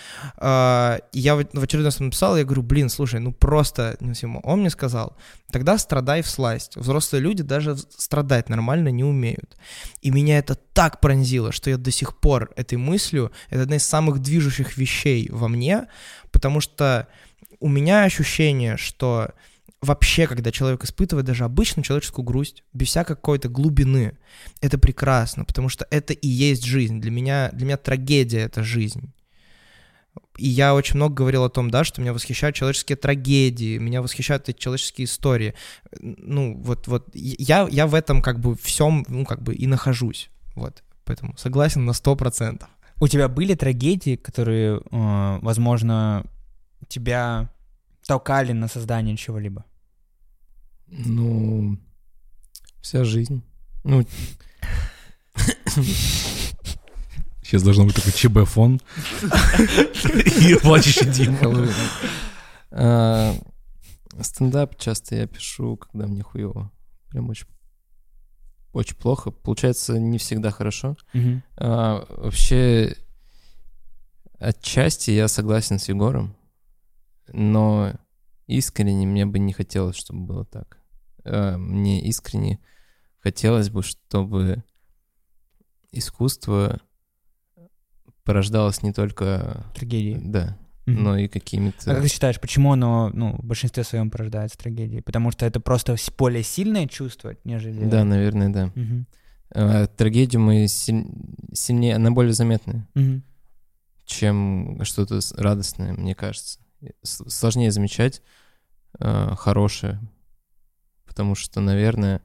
Я в очередной раз написал, я говорю, блин, слушай, ну просто, он мне сказал, тогда страдай всласть. Взрослые люди даже страдать нормально не умеют. И меня это так пронзило, что я до сих пор этой мыслью, это одна из самых движущих вещей во мне, потому что у меня ощущение, что вообще, когда человек испытывает даже обычную человеческую грусть, без всякой какой-то глубины, это прекрасно, потому что это и есть жизнь. Для меня, для меня трагедия — это жизнь. И я очень много говорил о том, да, что меня восхищают человеческие трагедии, меня восхищают эти человеческие истории. Ну, вот, вот я, я в этом как бы всем, ну, как бы и нахожусь. Вот, поэтому согласен на сто процентов. У тебя были трагедии, которые, э, возможно, тебя толкали на создание чего-либо? Ну, вся жизнь. Ну... Сейчас должно быть такой ЧБ-фон и плачущий Дима. Стендап часто я пишу, когда мне хуёво. Прям очень, очень плохо. Получается, не всегда хорошо. Вообще, отчасти я согласен с Егором, но искренне мне бы не хотелось, чтобы было так. Мне искренне хотелось бы, чтобы искусство порождалось не только... Трагедией. Да, mm-hmm. но и какими-то... А как ты считаешь, почему оно, ну, в большинстве своем порождается трагедией? Потому что это просто более сильное чувство, нежели... Да, наверное, да. Mm-hmm. А, трагедию мы силь... сильнее, она более заметная, mm-hmm. чем что-то радостное, мне кажется. Сложнее замечать а, хорошее, потому что, наверное,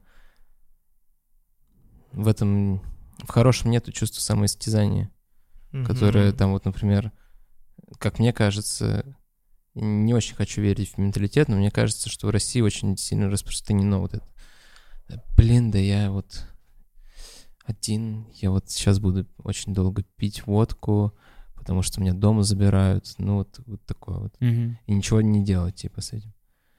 в этом... В хорошем нету чувства самоистязания, mm-hmm. которое там вот, например, как мне кажется, не очень хочу верить в менталитет, но мне кажется, что в России очень сильно распространено вот это. Блин, да я вот один, я вот сейчас буду очень долго пить водку, потому что меня дома забирают, ну вот, вот такое вот. Mm-hmm. И ничего не делать типа с этим.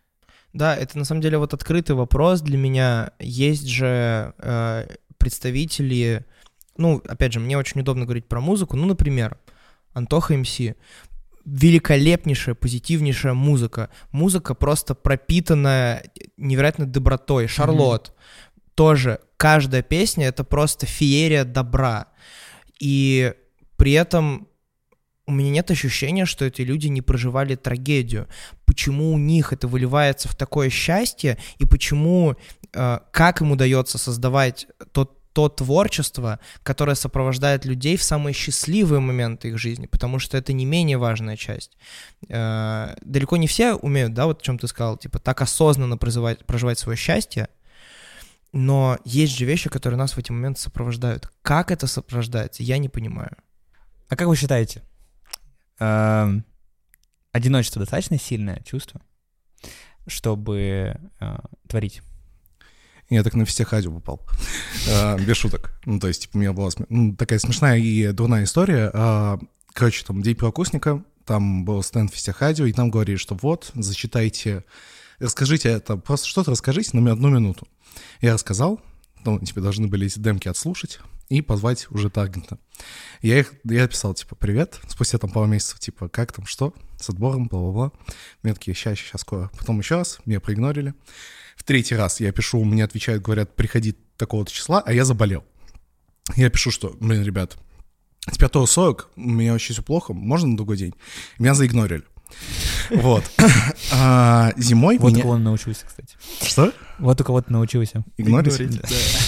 Да, это на самом деле вот открытый вопрос для меня. Есть же э, представители, ну, опять же, мне очень удобно говорить про музыку, ну, например, Антоха эм си. Великолепнейшая, позитивнейшая музыка. Музыка просто пропитанная невероятной добротой. Шарлот. Mm-hmm. Тоже каждая песня — это просто феерия добра. И при этом у меня нет ощущения, что эти люди не проживали трагедию. Почему у них это выливается в такое счастье, и почему, э, как им удается создавать тот то творчество, которое сопровождает людей в самые счастливые моменты их жизни, потому что это не менее важная часть. Э, далеко не все умеют, да, вот о чем ты сказал, типа так осознанно проживать, проживать свое счастье, но есть же вещи, которые нас в эти моменты сопровождают. Как это сопровождается, я не понимаю. А как вы считаете, э, одиночество достаточно сильное чувство, чтобы э, творить? Я так на фестихадию попал. uh, без шуток. Ну, то есть, типа, у меня была см... ну, такая смешная и дурная история. Uh, короче, там, день первокурсника, там был стенд фестихадию, и там говорили, что вот, зачитайте, расскажите это, просто что-то расскажите на одну минуту. Я рассказал, ну, типа, должны были эти демки отслушать и позвать уже таргета. Я их, я писал, типа, привет, спустя там пару месяцев, типа, как там, что, с отбором, бла-бла-бла. Мне такие, сейчас, сейчас, скоро. Потом еще раз, меня проигнорили. В третий раз я пишу, мне отвечают, говорят, приходи такого-то числа, а я заболел. Я пишу, что, блин, ребят, с пятого сорок у меня вообще все плохо, можно на другой день? Меня заигнорили. Вот. А зимой Вот меня... у кого он научился, кстати. Что? Вот у кого ты научился. Игнорить?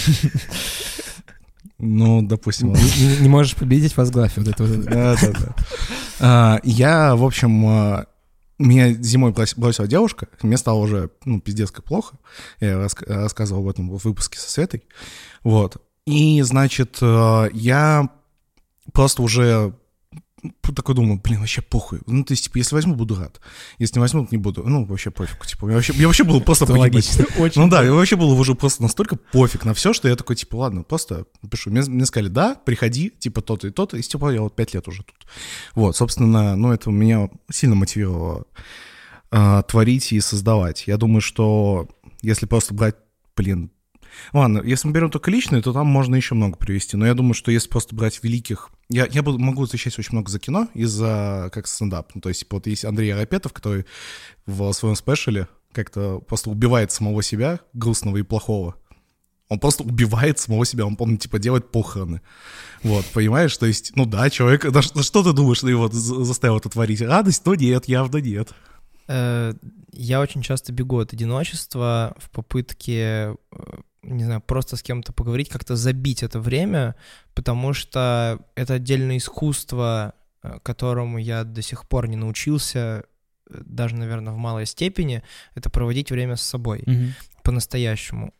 Ну, допустим. Не, не можешь победить, возглавь вот это вот. Да-да-да. Я, в общем... Меня зимой бросила девушка, мне стало уже, ну, пиздец как плохо. Я рас- рассказывал об этом в выпуске со Светой. Вот. И, значит, я просто уже такой думаю, блин, вообще похуй. Ну, то есть, типа, если возьму, буду рад. Если не возьму, не буду. Ну, вообще пофиг. Типа, я вообще, я вообще был просто погибать. Ну да, я вообще был уже просто настолько пофиг на все, что я такой, типа, ладно, просто пишу. Мне, мне сказали, да, приходи, типа, то-то и то-то. И с тех пор я вот пять лет уже тут. Вот, собственно, ну, это меня сильно мотивировало э, творить и создавать. Я думаю, что если просто брать, блин, ладно, если мы берем только личные, то там можно еще много привести. Но я думаю, что если просто брать великих... Я, я буду, могу защищать очень много за кино и за как стендап. Ну, то есть вот есть Андрей Арапетов, который в своем спешале как-то просто убивает самого себя, грустного и плохого. Он просто убивает самого себя, он, он типа делает похороны. Вот, понимаешь? То есть, ну да, человек... Да, что, что ты думаешь, что его заставил это творить? Радость? Ну нет, явно нет. Я очень часто бегу от одиночества в попытке... не знаю, просто с кем-то поговорить, как-то забить это время, потому что это отдельное искусство, которому я до сих пор не научился, даже, наверное, в малой степени, это проводить время с собой mm-hmm. по-настоящему.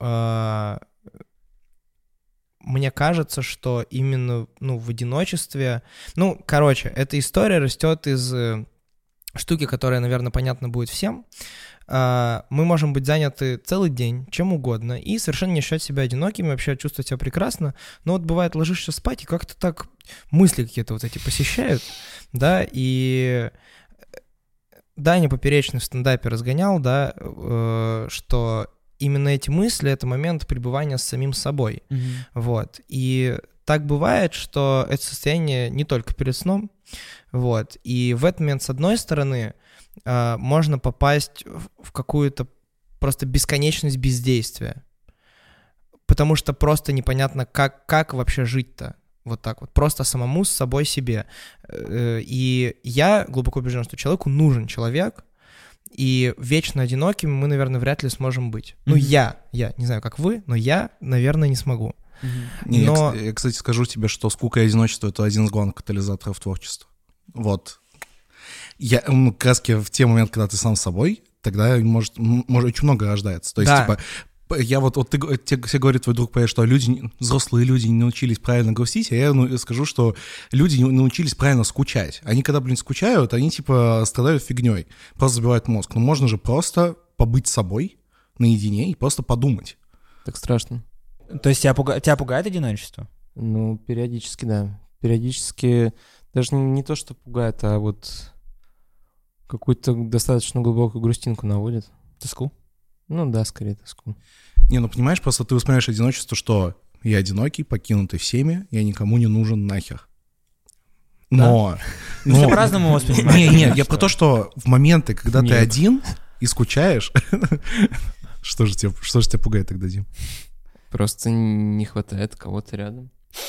Мне кажется, что именно, ну, в одиночестве... Ну, короче, эта история растет из штуки, которая, наверное, понятна будет всем. Мы можем быть заняты целый день, чем угодно, и совершенно не ощущать себя одинокими, вообще чувствовать себя прекрасно, но вот бывает, ложишься спать, и как-то так мысли какие-то вот эти посещают, да, и Даня Поперечный в стендапе разгонял, да, что именно эти мысли — это момент пребывания с самим собой, mm-hmm. вот, и так бывает, что это состояние не только перед сном, вот, и в этот момент, с одной стороны, можно попасть в какую-то просто бесконечность бездействия, потому что просто непонятно, как, как вообще жить-то, вот так вот, просто самому с собой себе. И я глубоко убежден, что человеку нужен человек, и вечно одинокими мы, наверное, вряд ли сможем быть. Mm-hmm. Ну, я, я, не знаю, как вы, но я, наверное, не смогу. Mm-hmm. Не, но... я, я, кстати, скажу тебе, что скука и одиночество — это один из главных катализаторов творчества. Вот. Я, ну, как раз в те моменты, когда ты сам с собой, тогда может, может очень много рождается. То есть, да. типа, я вот, вот ты, тебе говорит твой друг, что люди, взрослые люди не научились правильно грустить, а я ну, скажу, что люди не научились правильно скучать. Они, когда, блин, скучают, они, типа, страдают фигней, просто забивают мозг. Но можно же просто побыть собой наедине и просто подумать. Так страшно. То есть тебя, пуга... тебя пугает одиночество? Ну, периодически, да. Периодически даже не, не то, что пугает, а вот... какую-то достаточно глубокую грустинку наводит. Тоску? Ну да, скорее тоску. Не, ну понимаешь, просто ты воспринимаешь одиночество, что я одинокий, покинутый всеми, я никому не нужен нахер. Но... Ну, все но- по-разному воспринимают. Не, не, я про то, что в моменты, когда ты Нет. один и скучаешь, что же тебя, что же тебя пугает тогда, Дим? Просто не хватает кого-то рядом.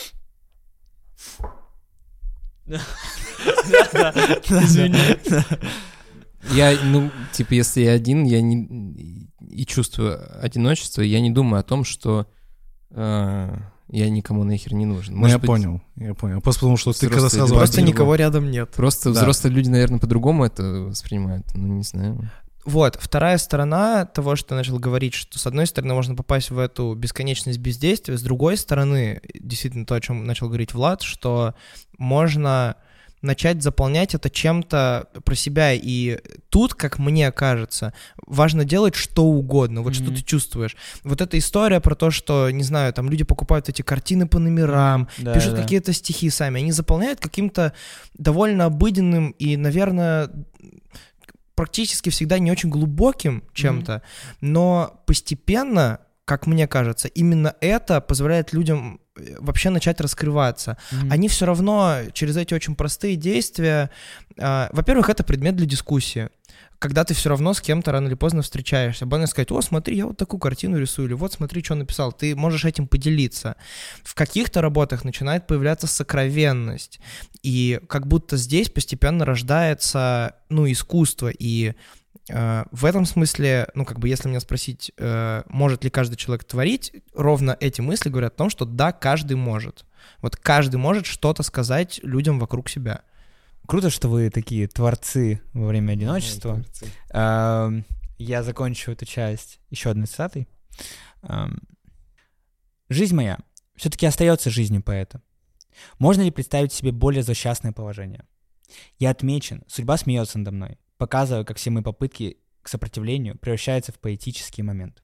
Извини. Я, ну, типа, если я один, я не и чувствую одиночество, я не думаю о том, что э, я никому нахер не нужен. Ну, Может я быть, понял, я понял. Просто потому что ты когда взрослые сразу люди. Просто один- никого рядом нет. Просто Да. взрослые люди, наверное, по-другому это воспринимают. Ну, не знаю. Вот, вторая сторона того, что ты начал говорить, что с одной стороны можно попасть в эту бесконечность бездействия, с другой стороны, действительно то, о чем начал говорить Влад, что можно начать заполнять это чем-то про себя. И тут, как мне кажется, важно делать что угодно. Вот что Мгм. ты чувствуешь. Вот эта история про то, что, не знаю, там люди покупают эти картины по номерам, Да, пишут да. какие-то стихи сами. Они заполняют каким-то довольно обыденным и, наверное, практически всегда не очень глубоким чем-то. Но постепенно, как мне кажется, именно это позволяет людям э, вообще начать раскрываться. Мгм. Они все равно через эти очень простые действия, а, во-первых, это предмет для дискуссии. Когда ты все равно с кем-то рано или поздно встречаешься, можно сказать: о, смотри, я вот такую картину рисую, или вот смотри, что написал. Ты можешь этим поделиться. В каких-то работах начинает появляться сокровенность, и как будто здесь постепенно рождается, ну, искусство, и э, в этом смысле, ну, как бы, если меня спросить, э, может ли каждый человек творить, ровно эти мысли говорят о том, что да, каждый может. Вот каждый может что-то сказать людям вокруг себя. Круто, что вы такие творцы во время одиночества. Эм, Я закончу эту часть еще одной цитатой. Эм, «Жизнь моя все-таки остается жизнью поэта. Можно ли представить себе более злосчастное положение? Я отмечен, судьба смеется надо мной, показывая, как все мои попытки к сопротивлению превращаются в поэтический момент».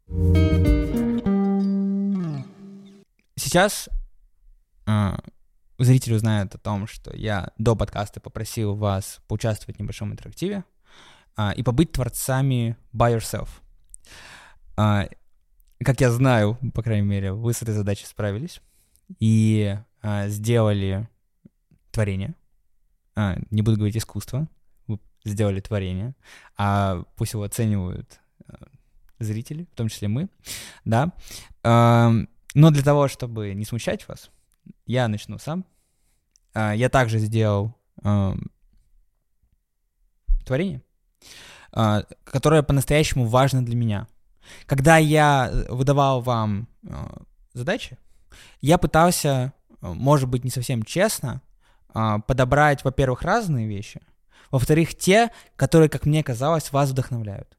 Сейчас э, зрители узнают о том, что я до подкаста попросил вас поучаствовать в небольшом интерактиве а, и побыть творцами by yourself. А, как я знаю, по крайней мере, вы с этой задачей справились и а, сделали творение. А, не буду говорить искусство, вы сделали творение, а пусть его оценивают а, зрители, в том числе мы, да. А, но для того, чтобы не смущать вас, я начну сам. Uh, я также сделал uh, творение, uh, которое по-настоящему важно для меня. Когда я выдавал вам uh, задачи, я пытался, uh, может быть, не совсем честно, uh, подобрать, во-первых, разные вещи, во-вторых, те, которые, как мне казалось, вас вдохновляют.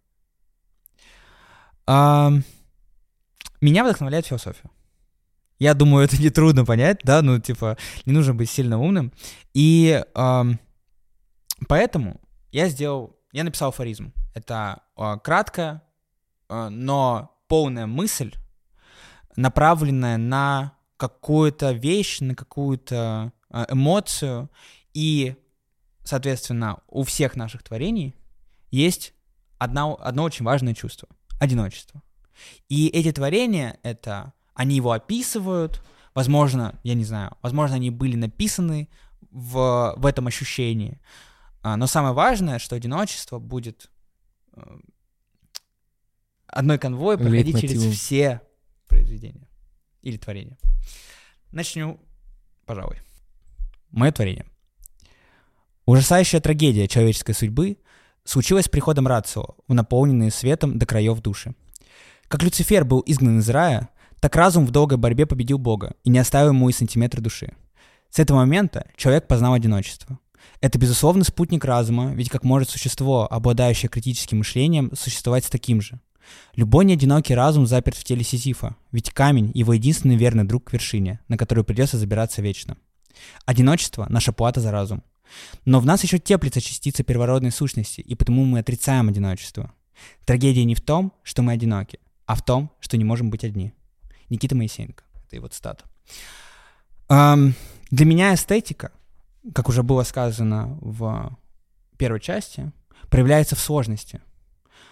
Uh, меня вдохновляет философия. Я думаю, это нетрудно понять, да, ну, типа, не нужно быть сильно умным. И э, поэтому я сделал, я написал афоризм. Это э, краткая, э, но полная мысль, направленная на какую-то вещь, на какую-то э, эмоцию. И, соответственно, у всех наших творений есть одно, одно очень важное чувство — одиночество. И эти творения — это... Они его описывают, возможно, я не знаю, возможно, они были написаны в, в этом ощущении. А, но самое важное, что одиночество будет э, одной конвой проходить через Лейтмотивом. все произведения или творения. Начну, пожалуй. Мое творение. Ужасающая трагедия человеческой судьбы случилась с приходом Рацио в наполненные светом до краев души. Как Люцифер был изгнан из рая, так разум в долгой борьбе победил Бога и не оставил ему и сантиметра души. С этого момента человек познал одиночество. Это, безусловно, спутник разума, ведь как может существо, обладающее критическим мышлением, существовать с таким же? Любой неодинокий разум заперт в теле Сизифа, ведь камень — его единственный верный друг к вершине, на которую придется забираться вечно. Одиночество — наша плата за разум. Но в нас еще теплится частица первородной сущности, и потому мы отрицаем одиночество. Трагедия не в том, что мы одиноки, а в том, что не можем быть одни. Никита Моисеенко. Это его цитата. Эм, для меня эстетика, как уже было сказано в первой части, проявляется в сложности.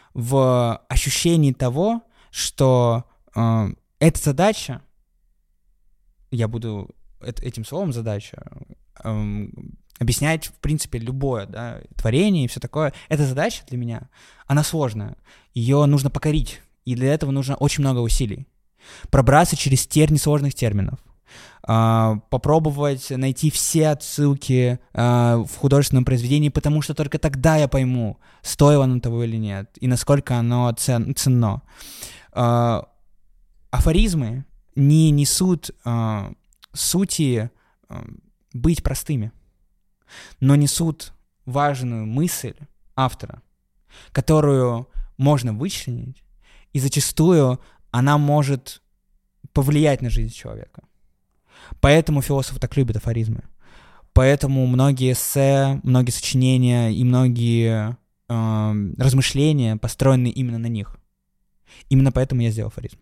в ощущении того, что э, эта задача, я буду это, этим словом задача, э, объяснять, в принципе, любое, да, творение и все такое. Эта задача для меня, она сложная. Ее нужно покорить, и для этого нужно очень много усилий. Пробраться через терни сложных терминов. Uh, попробовать найти все отсылки uh, в художественном произведении, потому что только тогда я пойму, стоило оно того или нет, и насколько оно цен- ценно. Uh, афоризмы не несут uh, сути uh, быть простыми, но несут важную мысль автора, которую можно вычленить, и зачастую она может повлиять на жизнь человека. Поэтому философы так любят афоризмы. Поэтому многие эссе, многие сочинения и многие э, размышления построены именно на них. Именно поэтому я сделал афоризм.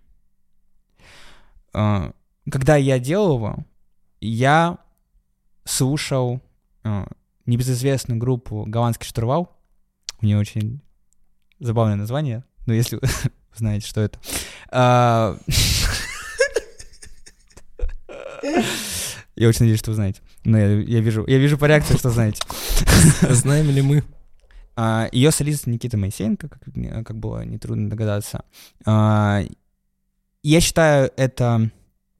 Э, когда я делал его, я слушал э, небезызвестную группу «Голландский штурвал». У нее очень забавное название, но если вы знаете, что это. Э, Я очень надеюсь, что вы знаете. Но я, я, вижу, я вижу по реакции, что знаете. Знаем ли мы? А, ее солист Никита Моисеенко, как, как было нетрудно догадаться. А, я считаю это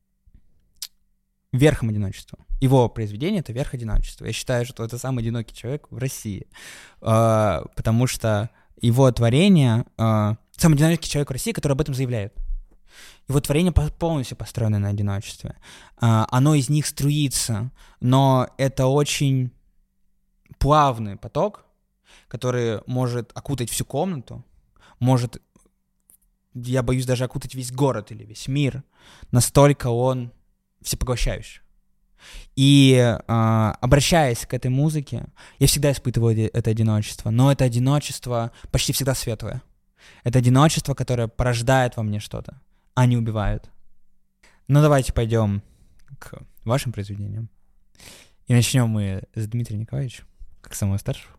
верхом одиночества. Его произведение — это верх одиночества. Я считаю, что это самый одинокий человек в России. А, потому что его творение... А, самый одинокий человек в России, который об этом заявляет. Его творение полностью построено на одиночестве. Uh, оно из них струится, но это очень плавный поток, который может окутать всю комнату, может, я боюсь, даже окутать весь город или весь мир. Настолько он всепоглощающий. И uh, обращаясь к этой музыке, я всегда испытываю это одиночество, но это одиночество почти всегда светлое. Это одиночество, которое порождает во мне что-то, а не убивают. Ну, давайте пойдем к вашим произведениям. И начнем мы с Дмитрия Николаевича, как самого старшего.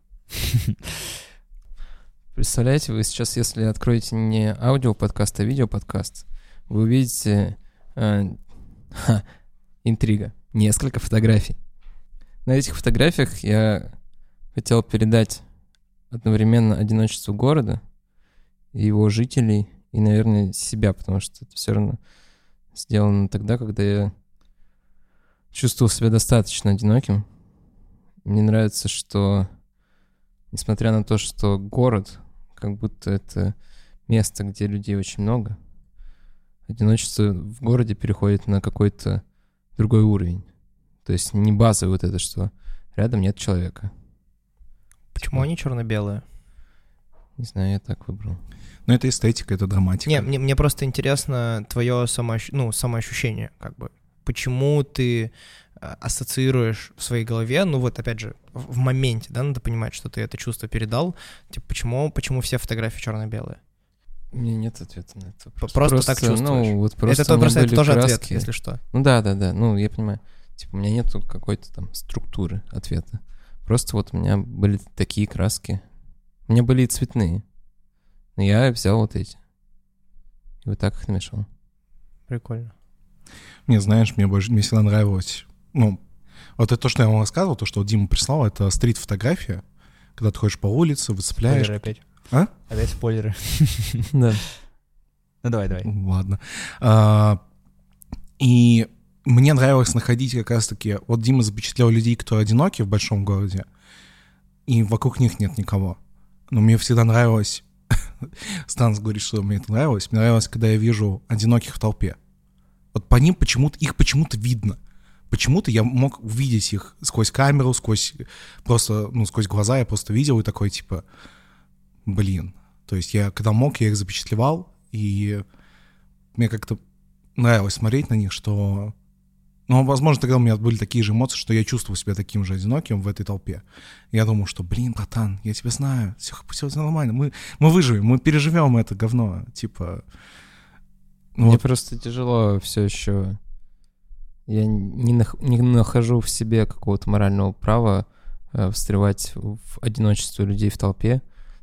Представляете, вы сейчас, если откроете не аудиоподкаст, а видеоподкаст, вы увидите э, ха, интрига, несколько фотографий. На этих фотографиях я хотел передать одновременно одиночество города, его жителей и, наверное, себя, потому что это все равно сделано тогда, когда я чувствовал себя достаточно одиноким. Мне нравится, что, несмотря на то, что город, как будто это место, где людей очень много, одиночество в городе переходит на какой-то другой уровень. То есть не базовый вот это, что рядом нет человека. Почему они черно-белые? Не знаю, я так выбрал. Ну, это эстетика, это драматика. Не, мне, мне просто интересно твое самоощ... ну, самоощущение, как бы. Почему ты ассоциируешь в своей голове, ну вот опять же, в, в моменте, да, надо понимать, что ты это чувство передал, типа, почему, почему все фотографии черно-белые? У меня нет ответа на это. Просто, просто так чувствуешь? Ну, вот просто это, просто, это тоже краски. Ответ, если что. Ну да, да, да, ну я понимаю. Типа у меня нету какой-то там структуры ответа. Просто вот у меня были такие краски. У меня были и цветные. Но я взял вот эти. И вот так их намешал. Прикольно. Мне, знаешь, мне больше мне всегда нравилось. Ну, вот это то, что я вам рассказывал, то, что Дима прислал, это стрит-фотография, когда ты ходишь по улице, выцепляешь. Спойлеры опять. А? Опять спойлеры. Да. Ну давай, давай. Ладно. А, и мне нравилось находить как раз-таки... Вот Дима запечатлел людей, кто одиноки в большом городе, и вокруг них нет никого. Но мне всегда нравилось... Странно говорить, что мне это нравилось. Мне нравилось, когда я вижу одиноких в толпе. Вот по ним почему-то... Их почему-то видно. Почему-то я мог увидеть их сквозь камеру, сквозь... Просто, ну, сквозь глаза я просто видел и такой, типа... Блин. То есть я, когда мог, я их запечатлевал, и мне как-то нравилось смотреть на них, что... Ну, возможно, тогда у меня были такие же эмоции, что я чувствовал себя таким же одиноким в этой толпе. Я думал, что, блин, братан, я тебя знаю, все, все нормально, мы, мы выживем, мы переживем это говно, типа... Мне Вот. просто тяжело все еще. Я не, нах- не нахожу в себе какого-то морального права э, встревать в одиночество людей в толпе.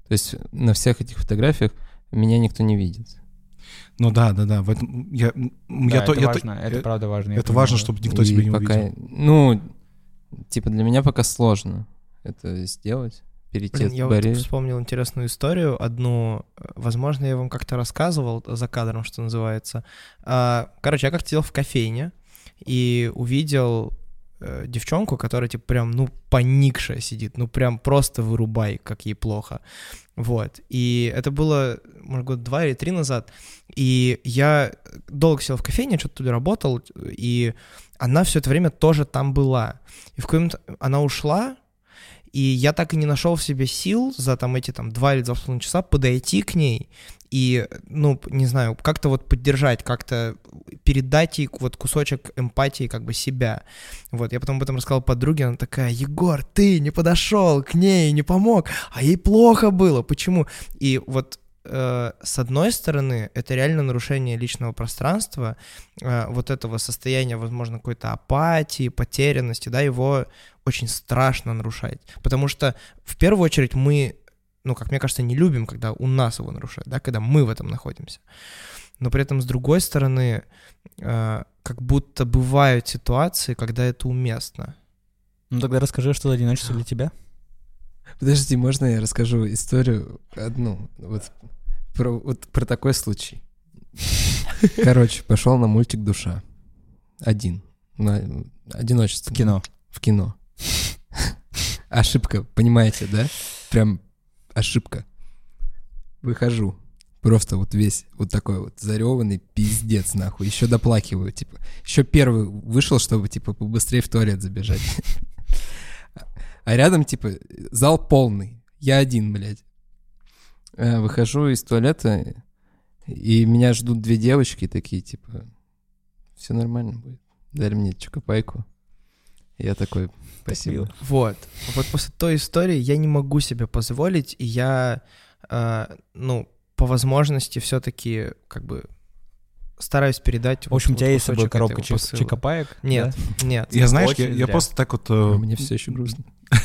То есть на всех этих фотографиях меня никто не видит. Ну да, да, да. В этом я, Да, я это то, я, важно, это правда важно. я Это понимаю. важно, чтобы никто И тебя не пока, увидел. ну, типа для меня пока сложно это сделать, перейти Блин, от я барьера. вот вспомнил интересную историю одну. Возможно, я вам как-то рассказывал за кадром, что называется. А, Короче, я как-то сидел в кофейне и увидел э, девчонку, которая, типа, прям, ну, поникшая сидит, ну, прям просто вырубай, как ей плохо. Вот. И это было, может, год два или три назад. И я долго сидел в кофейне, что-то туда работал, и она все это время тоже там была. И в какой момент она ушла, и я так и не нашел в себе сил за там эти там два или два с половиной часа подойти к ней и, ну, не знаю, как-то вот поддержать, как-то передать ей вот кусочек эмпатии как бы себя. Вот, я потом об этом рассказал подруге, она такая: Егор, ты не подошел к ней, не помог, а ей плохо было, почему? И вот э, с одной стороны, это реально нарушение личного пространства, э, вот этого состояния, возможно, какой-то апатии, потерянности, да, его очень страшно нарушать, потому что в первую очередь мы, ну, как мне кажется, не любим, когда у нас его нарушают, да, когда мы в этом находимся. Но при этом, с другой стороны, э, как будто бывают ситуации, когда это уместно. Ну тогда расскажи, что за одиночество для тебя. Подожди, можно я расскажу историю одну, вот про, вот про такой случай. Короче, пошел на мультик «Душа». Один. На одиночество. В кино. В кино. Ошибка, понимаете, да? Прям ошибка. Выхожу. Просто вот весь вот такой вот зареванный пиздец, нахуй. Еще доплакиваю, типа. Еще первый вышел, чтобы, типа, побыстрее в туалет забежать. А рядом, типа, зал полный. Я один, блядь. Выхожу из туалета, и меня ждут две девочки такие, типа, все нормально будет. Дали мне чокопайку. Я такой: спасибо. Вот. Вот после той истории я не могу себе позволить, и я, э, ну, по возможности все-таки как бы стараюсь передать. В общем, вот, у тебя вот есть с собой кусочек коробка этого чек- посыла. чекопаек? Нет, да? нет. Я, знаешь, Очень я, я зря. просто так вот... А э, мне все еще грустно.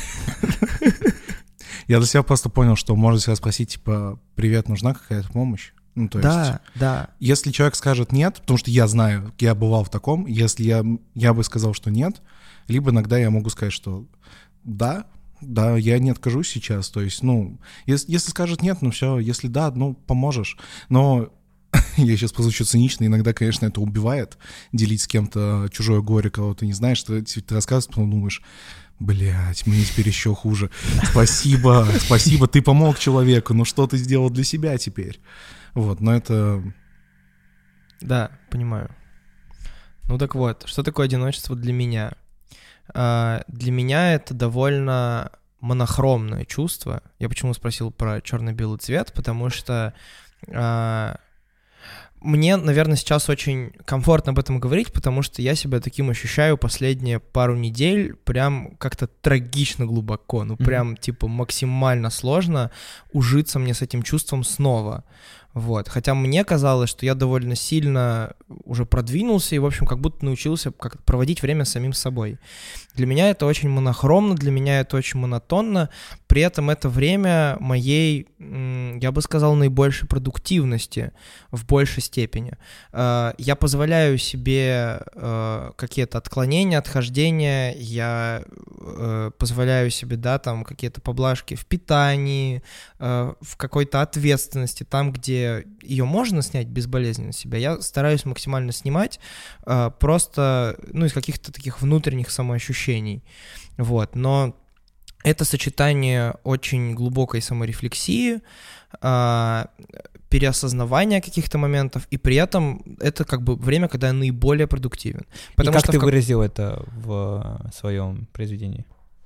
Я для себя просто понял, что можно себя спросить, типа: привет, нужна какая-то помощь? Ну, то есть, Да, да. если человек скажет нет, потому что я знаю, я бывал в таком, если я, я бы сказал, что нет, либо иногда я могу сказать, что да, да, я не откажусь сейчас. То есть, ну, если, если скажет нет, ну все, если да, ну, поможешь. Но я сейчас позвучу цинично, иногда, конечно, это убивает, делить с кем-то чужое горе, кого ты не знаешь, что ты, ты рассказываешь, потом думаешь: блять, мне теперь еще хуже. Спасибо, спасибо, ты помог человеку, но что ты сделал для себя теперь? Вот, но это... Да, понимаю. Ну так вот, что такое одиночество для меня? А, для меня это довольно монохромное чувство. Я почему спросил про черно-белый цвет? Потому что а, мне, наверное, сейчас очень комфортно об этом говорить, потому что я себя таким ощущаю последние пару недель прям как-то трагично глубоко. Ну прям, mm-hmm. типа, максимально сложно ужиться мне с этим чувством снова. Вот. Хотя мне казалось, что я довольно сильно уже продвинулся и, в общем, как будто научился как проводить время с самим собой. Для меня это очень монохромно, для меня это очень монотонно. При этом это время моей, я бы сказал, наибольшей продуктивности в большей степени. Я позволяю себе какие-то отклонения, отхождения, я позволяю себе, да, там, какие-то поблажки в питании, в какой-то ответственности, там, где ее можно снять безболезненно себя, я стараюсь максимально снимать, э, просто, ну, из каких-то таких внутренних самоощущений, вот, но это сочетание очень глубокой саморефлексии, э, переосознавания каких-то моментов, и при этом это как бы время, когда я наиболее продуктивен. Потому и как что ты в... выразил это в своем произведении?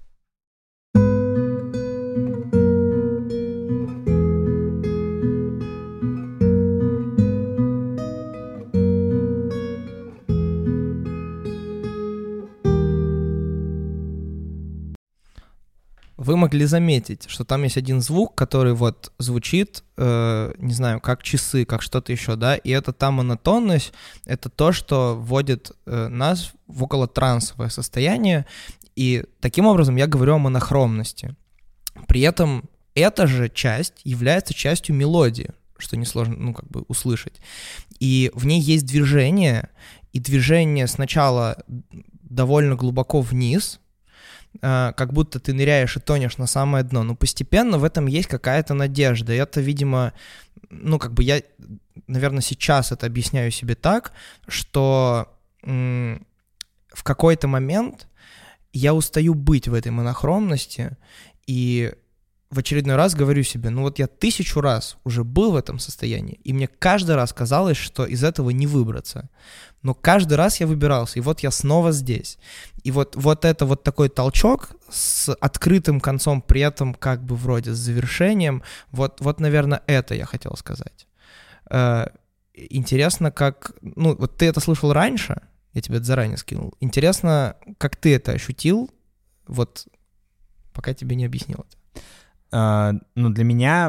Вы могли заметить, что там есть один звук, который вот звучит, э, не знаю, как часы, как что-то еще, да, и это та монотонность, это то, что вводит э, нас в околотрансовое состояние, и таким образом я говорю о монохромности. При этом эта же часть является частью мелодии, что несложно, ну, как бы услышать. И в ней есть движение, и движение сначала довольно глубоко вниз, как будто ты ныряешь и тонешь на самое дно, но постепенно в этом есть какая-то надежда. И это, видимо, ну, как бы я, наверное, сейчас это объясняю себе так, что м- в какой-то момент я устаю быть в этой монохромности, и в очередной раз говорю себе, ну вот я тысячу раз уже был в этом состоянии, и мне каждый раз казалось, что из этого не выбраться. Но каждый раз я выбирался, и вот я снова здесь. И вот, вот это вот такой толчок с открытым концом, при этом как бы вроде с завершением, вот, вот наверное, это я хотел сказать. Э, интересно, как... Ну, вот ты это слышал раньше, я тебе это заранее скинул. Интересно, как ты это ощутил, вот пока я тебе не объяснил это. Uh, ну, для меня...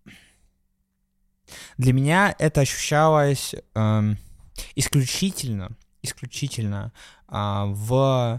Для меня это ощущалось... Uh... исключительно, исключительно а, в...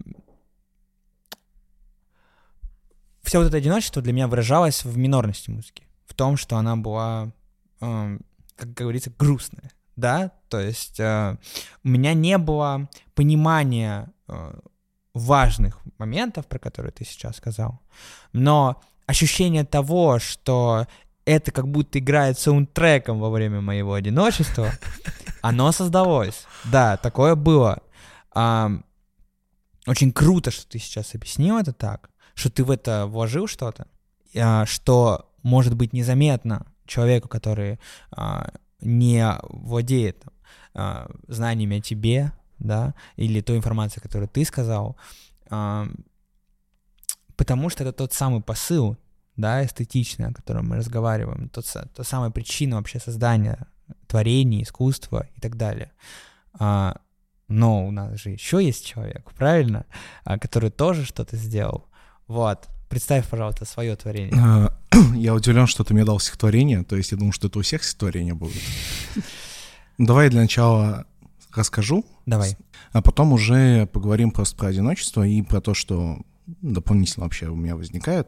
Все вот это одиночество для меня выражалось в минорности музыки, в том, что она была, э, как говорится, грустная, да, то есть э, у меня не было понимания э, важных моментов, про которые ты сейчас сказал, но ощущение того, что это как будто играет саундтреком во время моего одиночества, оно создалось. Да, такое было. А, очень круто, что ты сейчас объяснил это так, что ты в это вложил что-то, а, что может быть незаметно человеку, который а, не владеет а, знаниями о тебе, да, или той информацией, которую ты сказал, а, потому что это тот самый посыл, да, эстетичная, о котором мы разговариваем, тот, та самая причина вообще создания творений, искусства и так далее. А, но у нас же еще есть человек, правильно, а, который тоже что-то сделал. Вот. Представь, пожалуйста, свое творение. Я удивлен, что ты мне дал стихотворение, то есть я думал, что это у всех стихотворение будет. Давай для начала расскажу. Давай. А потом уже поговорим просто про одиночество и про то, что дополнительно вообще у меня возникает.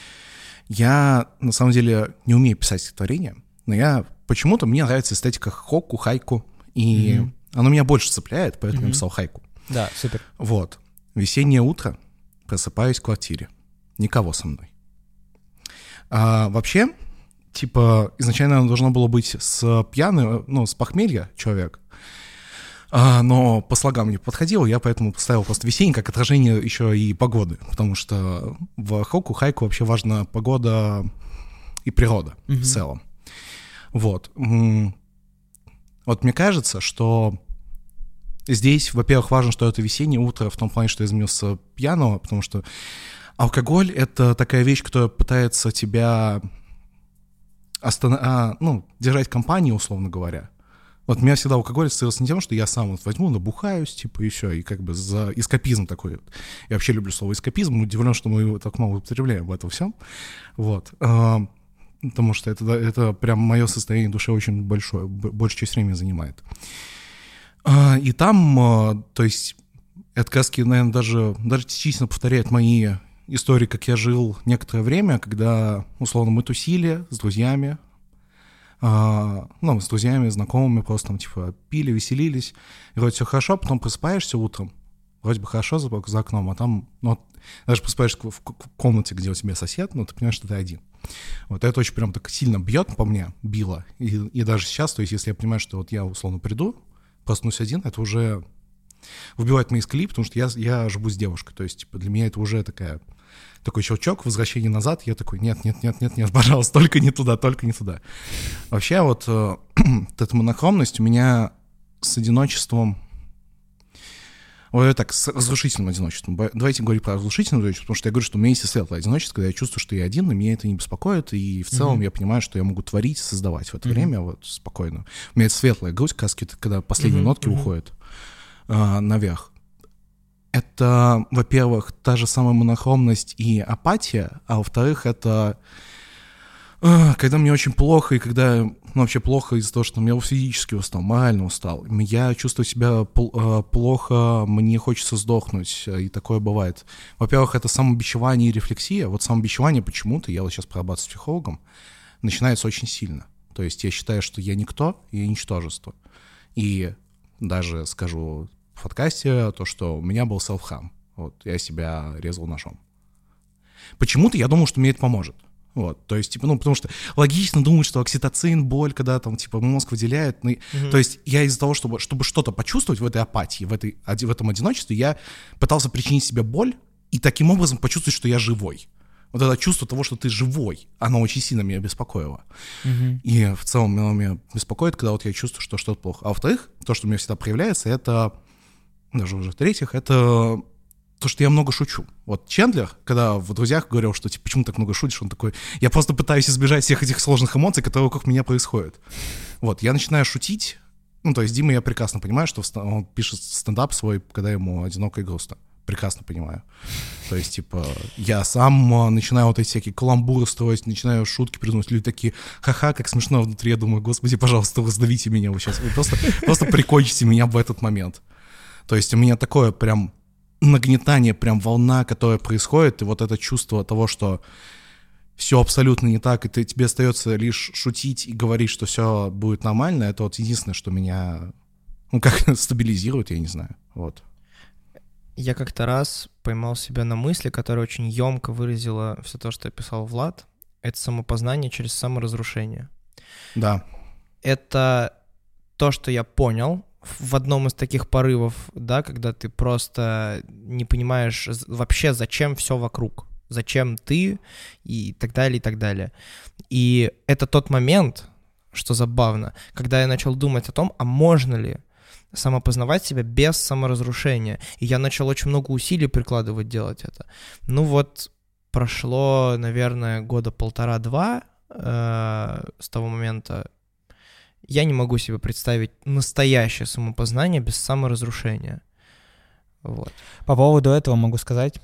Я, на самом деле, не умею писать стихотворения, но я почему-то, мне нравится эстетика хокку, хайку, и mm-hmm. оно меня больше цепляет, поэтому mm-hmm. я написал хайку. Да, супер. Вот. Весеннее утро, просыпаюсь в квартире, никого со мной. А, вообще, типа, изначально оно должно было быть с пьяным, ну, с похмелья человек, а, но по слогам не подходило, я поэтому поставил просто весенний как отражение еще и погоды, потому что в хокку, хайку вообще важна погода и природа mm-hmm. в целом. Вот. Вот мне кажется, что здесь, во-первых, важно, что это весеннее утро в том плане, что я изменился пьяного, потому что алкоголь — это такая вещь, которая пытается тебя останов... а, ну, держать компанию, условно говоря. Вот у меня всегда алкоголь ассоциировался не тем, что я сам вот возьму, набухаюсь, типа, и все, и как бы за эскапизм такой. Я вообще люблю слово эскапизм, но удивлен, что мы его так мало употребляем в этом всем. Вот. Потому что это, это прям мое состояние души очень большое, большую часть времени занимает. И там, то есть, это сказки, наверное, даже, даже частично повторяет мои истории, как я жил некоторое время, когда, условно, мы тусили с друзьями, ну, с друзьями, знакомыми, просто там, типа, пили, веселились, и вроде все хорошо, потом просыпаешься утром, вроде бы хорошо за, за окном, а там, ну, даже просыпаешься в, в, в комнате, где у тебя сосед, но ты понимаешь, что ты один. Вот это очень прям так сильно бьет по мне, било, и, и даже сейчас, то есть если я понимаю, что вот я, условно, приду, проснусь один, это уже выбивает мои из колеи, потому что я, я живу с девушкой, то есть, типа, для меня это уже такая... такой щелчок, возвращение назад, я такой, нет, нет, нет, нет, нет, пожалуйста, только не туда, только не туда. Вообще вот, э, вот эта монохромность у меня с одиночеством, ой, так, с разрушительным одиночеством. Давайте говорить про разрушительное одиночество, потому что я говорю, что у меня есть и светлое одиночество, когда я чувствую, что я один, но меня это не беспокоит, и в целом mm-hmm. я понимаю, что я могу творить, создавать в это mm-hmm. время вот спокойно. У меня это светлая грусть, когда последние mm-hmm. нотки mm-hmm. уходят э, наверх. Это, во-первых, та же самая монохромность и апатия, а во-вторых, это Когда мне очень плохо, и когда ну, вообще плохо из-за того, что я физически устал, морально устал, я чувствую себя плохо, мне хочется сдохнуть, и такое бывает. Во-первых, это самобичевание и рефлексия. Вот самобичевание почему-то, я вот сейчас прорабатываю с психологом, начинается очень сильно. То есть я считаю, что я никто, и я ничтожество. И даже скажу в подкасте то, что у меня был селф-харм. Вот, я себя резал ножом. Почему-то я думал, что мне это поможет. Вот, то есть, типа, ну, потому что логично думать, что окситоцин, боль, когда там, типа, мозг выделяет, ну, mm-hmm. то есть я из-за того, чтобы, чтобы что-то почувствовать в этой апатии, в, этой, в этом одиночестве, я пытался причинить себе боль и таким образом почувствовать, что я живой. Вот это чувство того, что ты живой, оно очень сильно меня беспокоило. Mm-hmm. И в целом оно меня беспокоит, когда вот я чувствую, что что-то плохо. А во-вторых, то, что у меня всегда проявляется, это, даже уже в-третьих, это... то, что я много шучу. Вот Чендлер, когда в «Друзьях» говорил, что типа, почему так много шутишь, он такой, я просто пытаюсь избежать всех этих сложных эмоций, которые вокруг меня происходят. Вот, я начинаю шутить, ну, то есть Дима, я прекрасно понимаю, что он пишет стендап свой, когда ему одиноко и грустно. Прекрасно понимаю. То есть, типа, я сам начинаю вот эти всякие каламбуры строить, начинаю шутки придумать, люди такие, ха-ха, как смешно внутри, я думаю, господи, пожалуйста, раздавите меня вы сейчас, вы просто, просто прикончите меня в этот момент. То есть у меня такое прям нагнетание, прям волна, которая происходит, и вот это чувство того, что все абсолютно не так, и ты, тебе остается лишь шутить и говорить, что все будет нормально, это вот единственное, что меня, ну, как стабилизирует, я не знаю, вот. Я как-то раз поймал себя на мысли, которая очень емко выразила все то, что писал Влад. Это самопознание через саморазрушение. Да. Это то, что я понял в одном из таких порывов, да, когда ты просто не понимаешь вообще, зачем все вокруг, зачем ты и так далее, и так далее. И это тот момент, что забавно, когда я начал думать о том, а можно ли самопознавать себя без саморазрушения. И я начал очень много усилий прикладывать делать это. Ну вот прошло, наверное, года полтора-два э, с того момента. Я не могу себе представить настоящее самопознание без саморазрушения. Вот. По поводу этого могу сказать.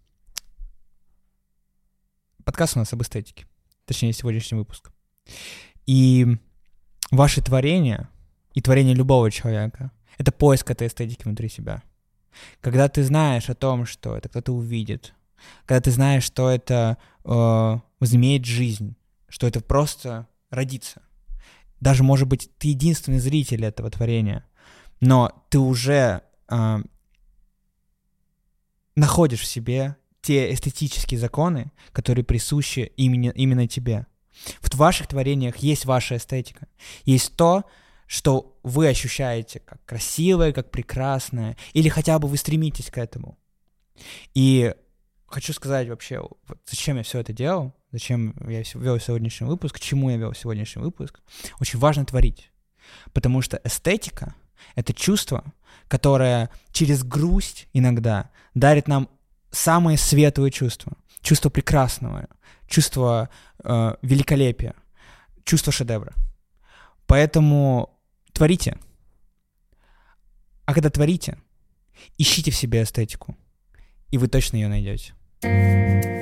Подкаст у нас об эстетике. Точнее, сегодняшний выпуск. И ваше творение и творение любого человека — это поиск этой эстетики внутри себя. Когда ты знаешь о том, что это кто-то увидит, когда ты знаешь, что это э, возымеет жизнь, что это просто родится. Даже, может быть, ты единственный зритель этого творения, но ты уже э, находишь в себе те эстетические законы, которые присущи именно, именно тебе. В ваших творениях есть ваша эстетика. Есть то, что вы ощущаете как красивое, как прекрасное, или хотя бы вы стремитесь к этому. И хочу сказать вообще, вот зачем я все это делал, зачем я вел сегодняшний выпуск, к чему я вел сегодняшний выпуск. Очень важно творить, потому что эстетика — это чувство, которое через грусть иногда дарит нам самые светлые чувства. Чувство прекрасного, чувство э, великолепия, чувство шедевра. Поэтому творите. А когда творите, ищите в себе эстетику, и вы точно ее найдете.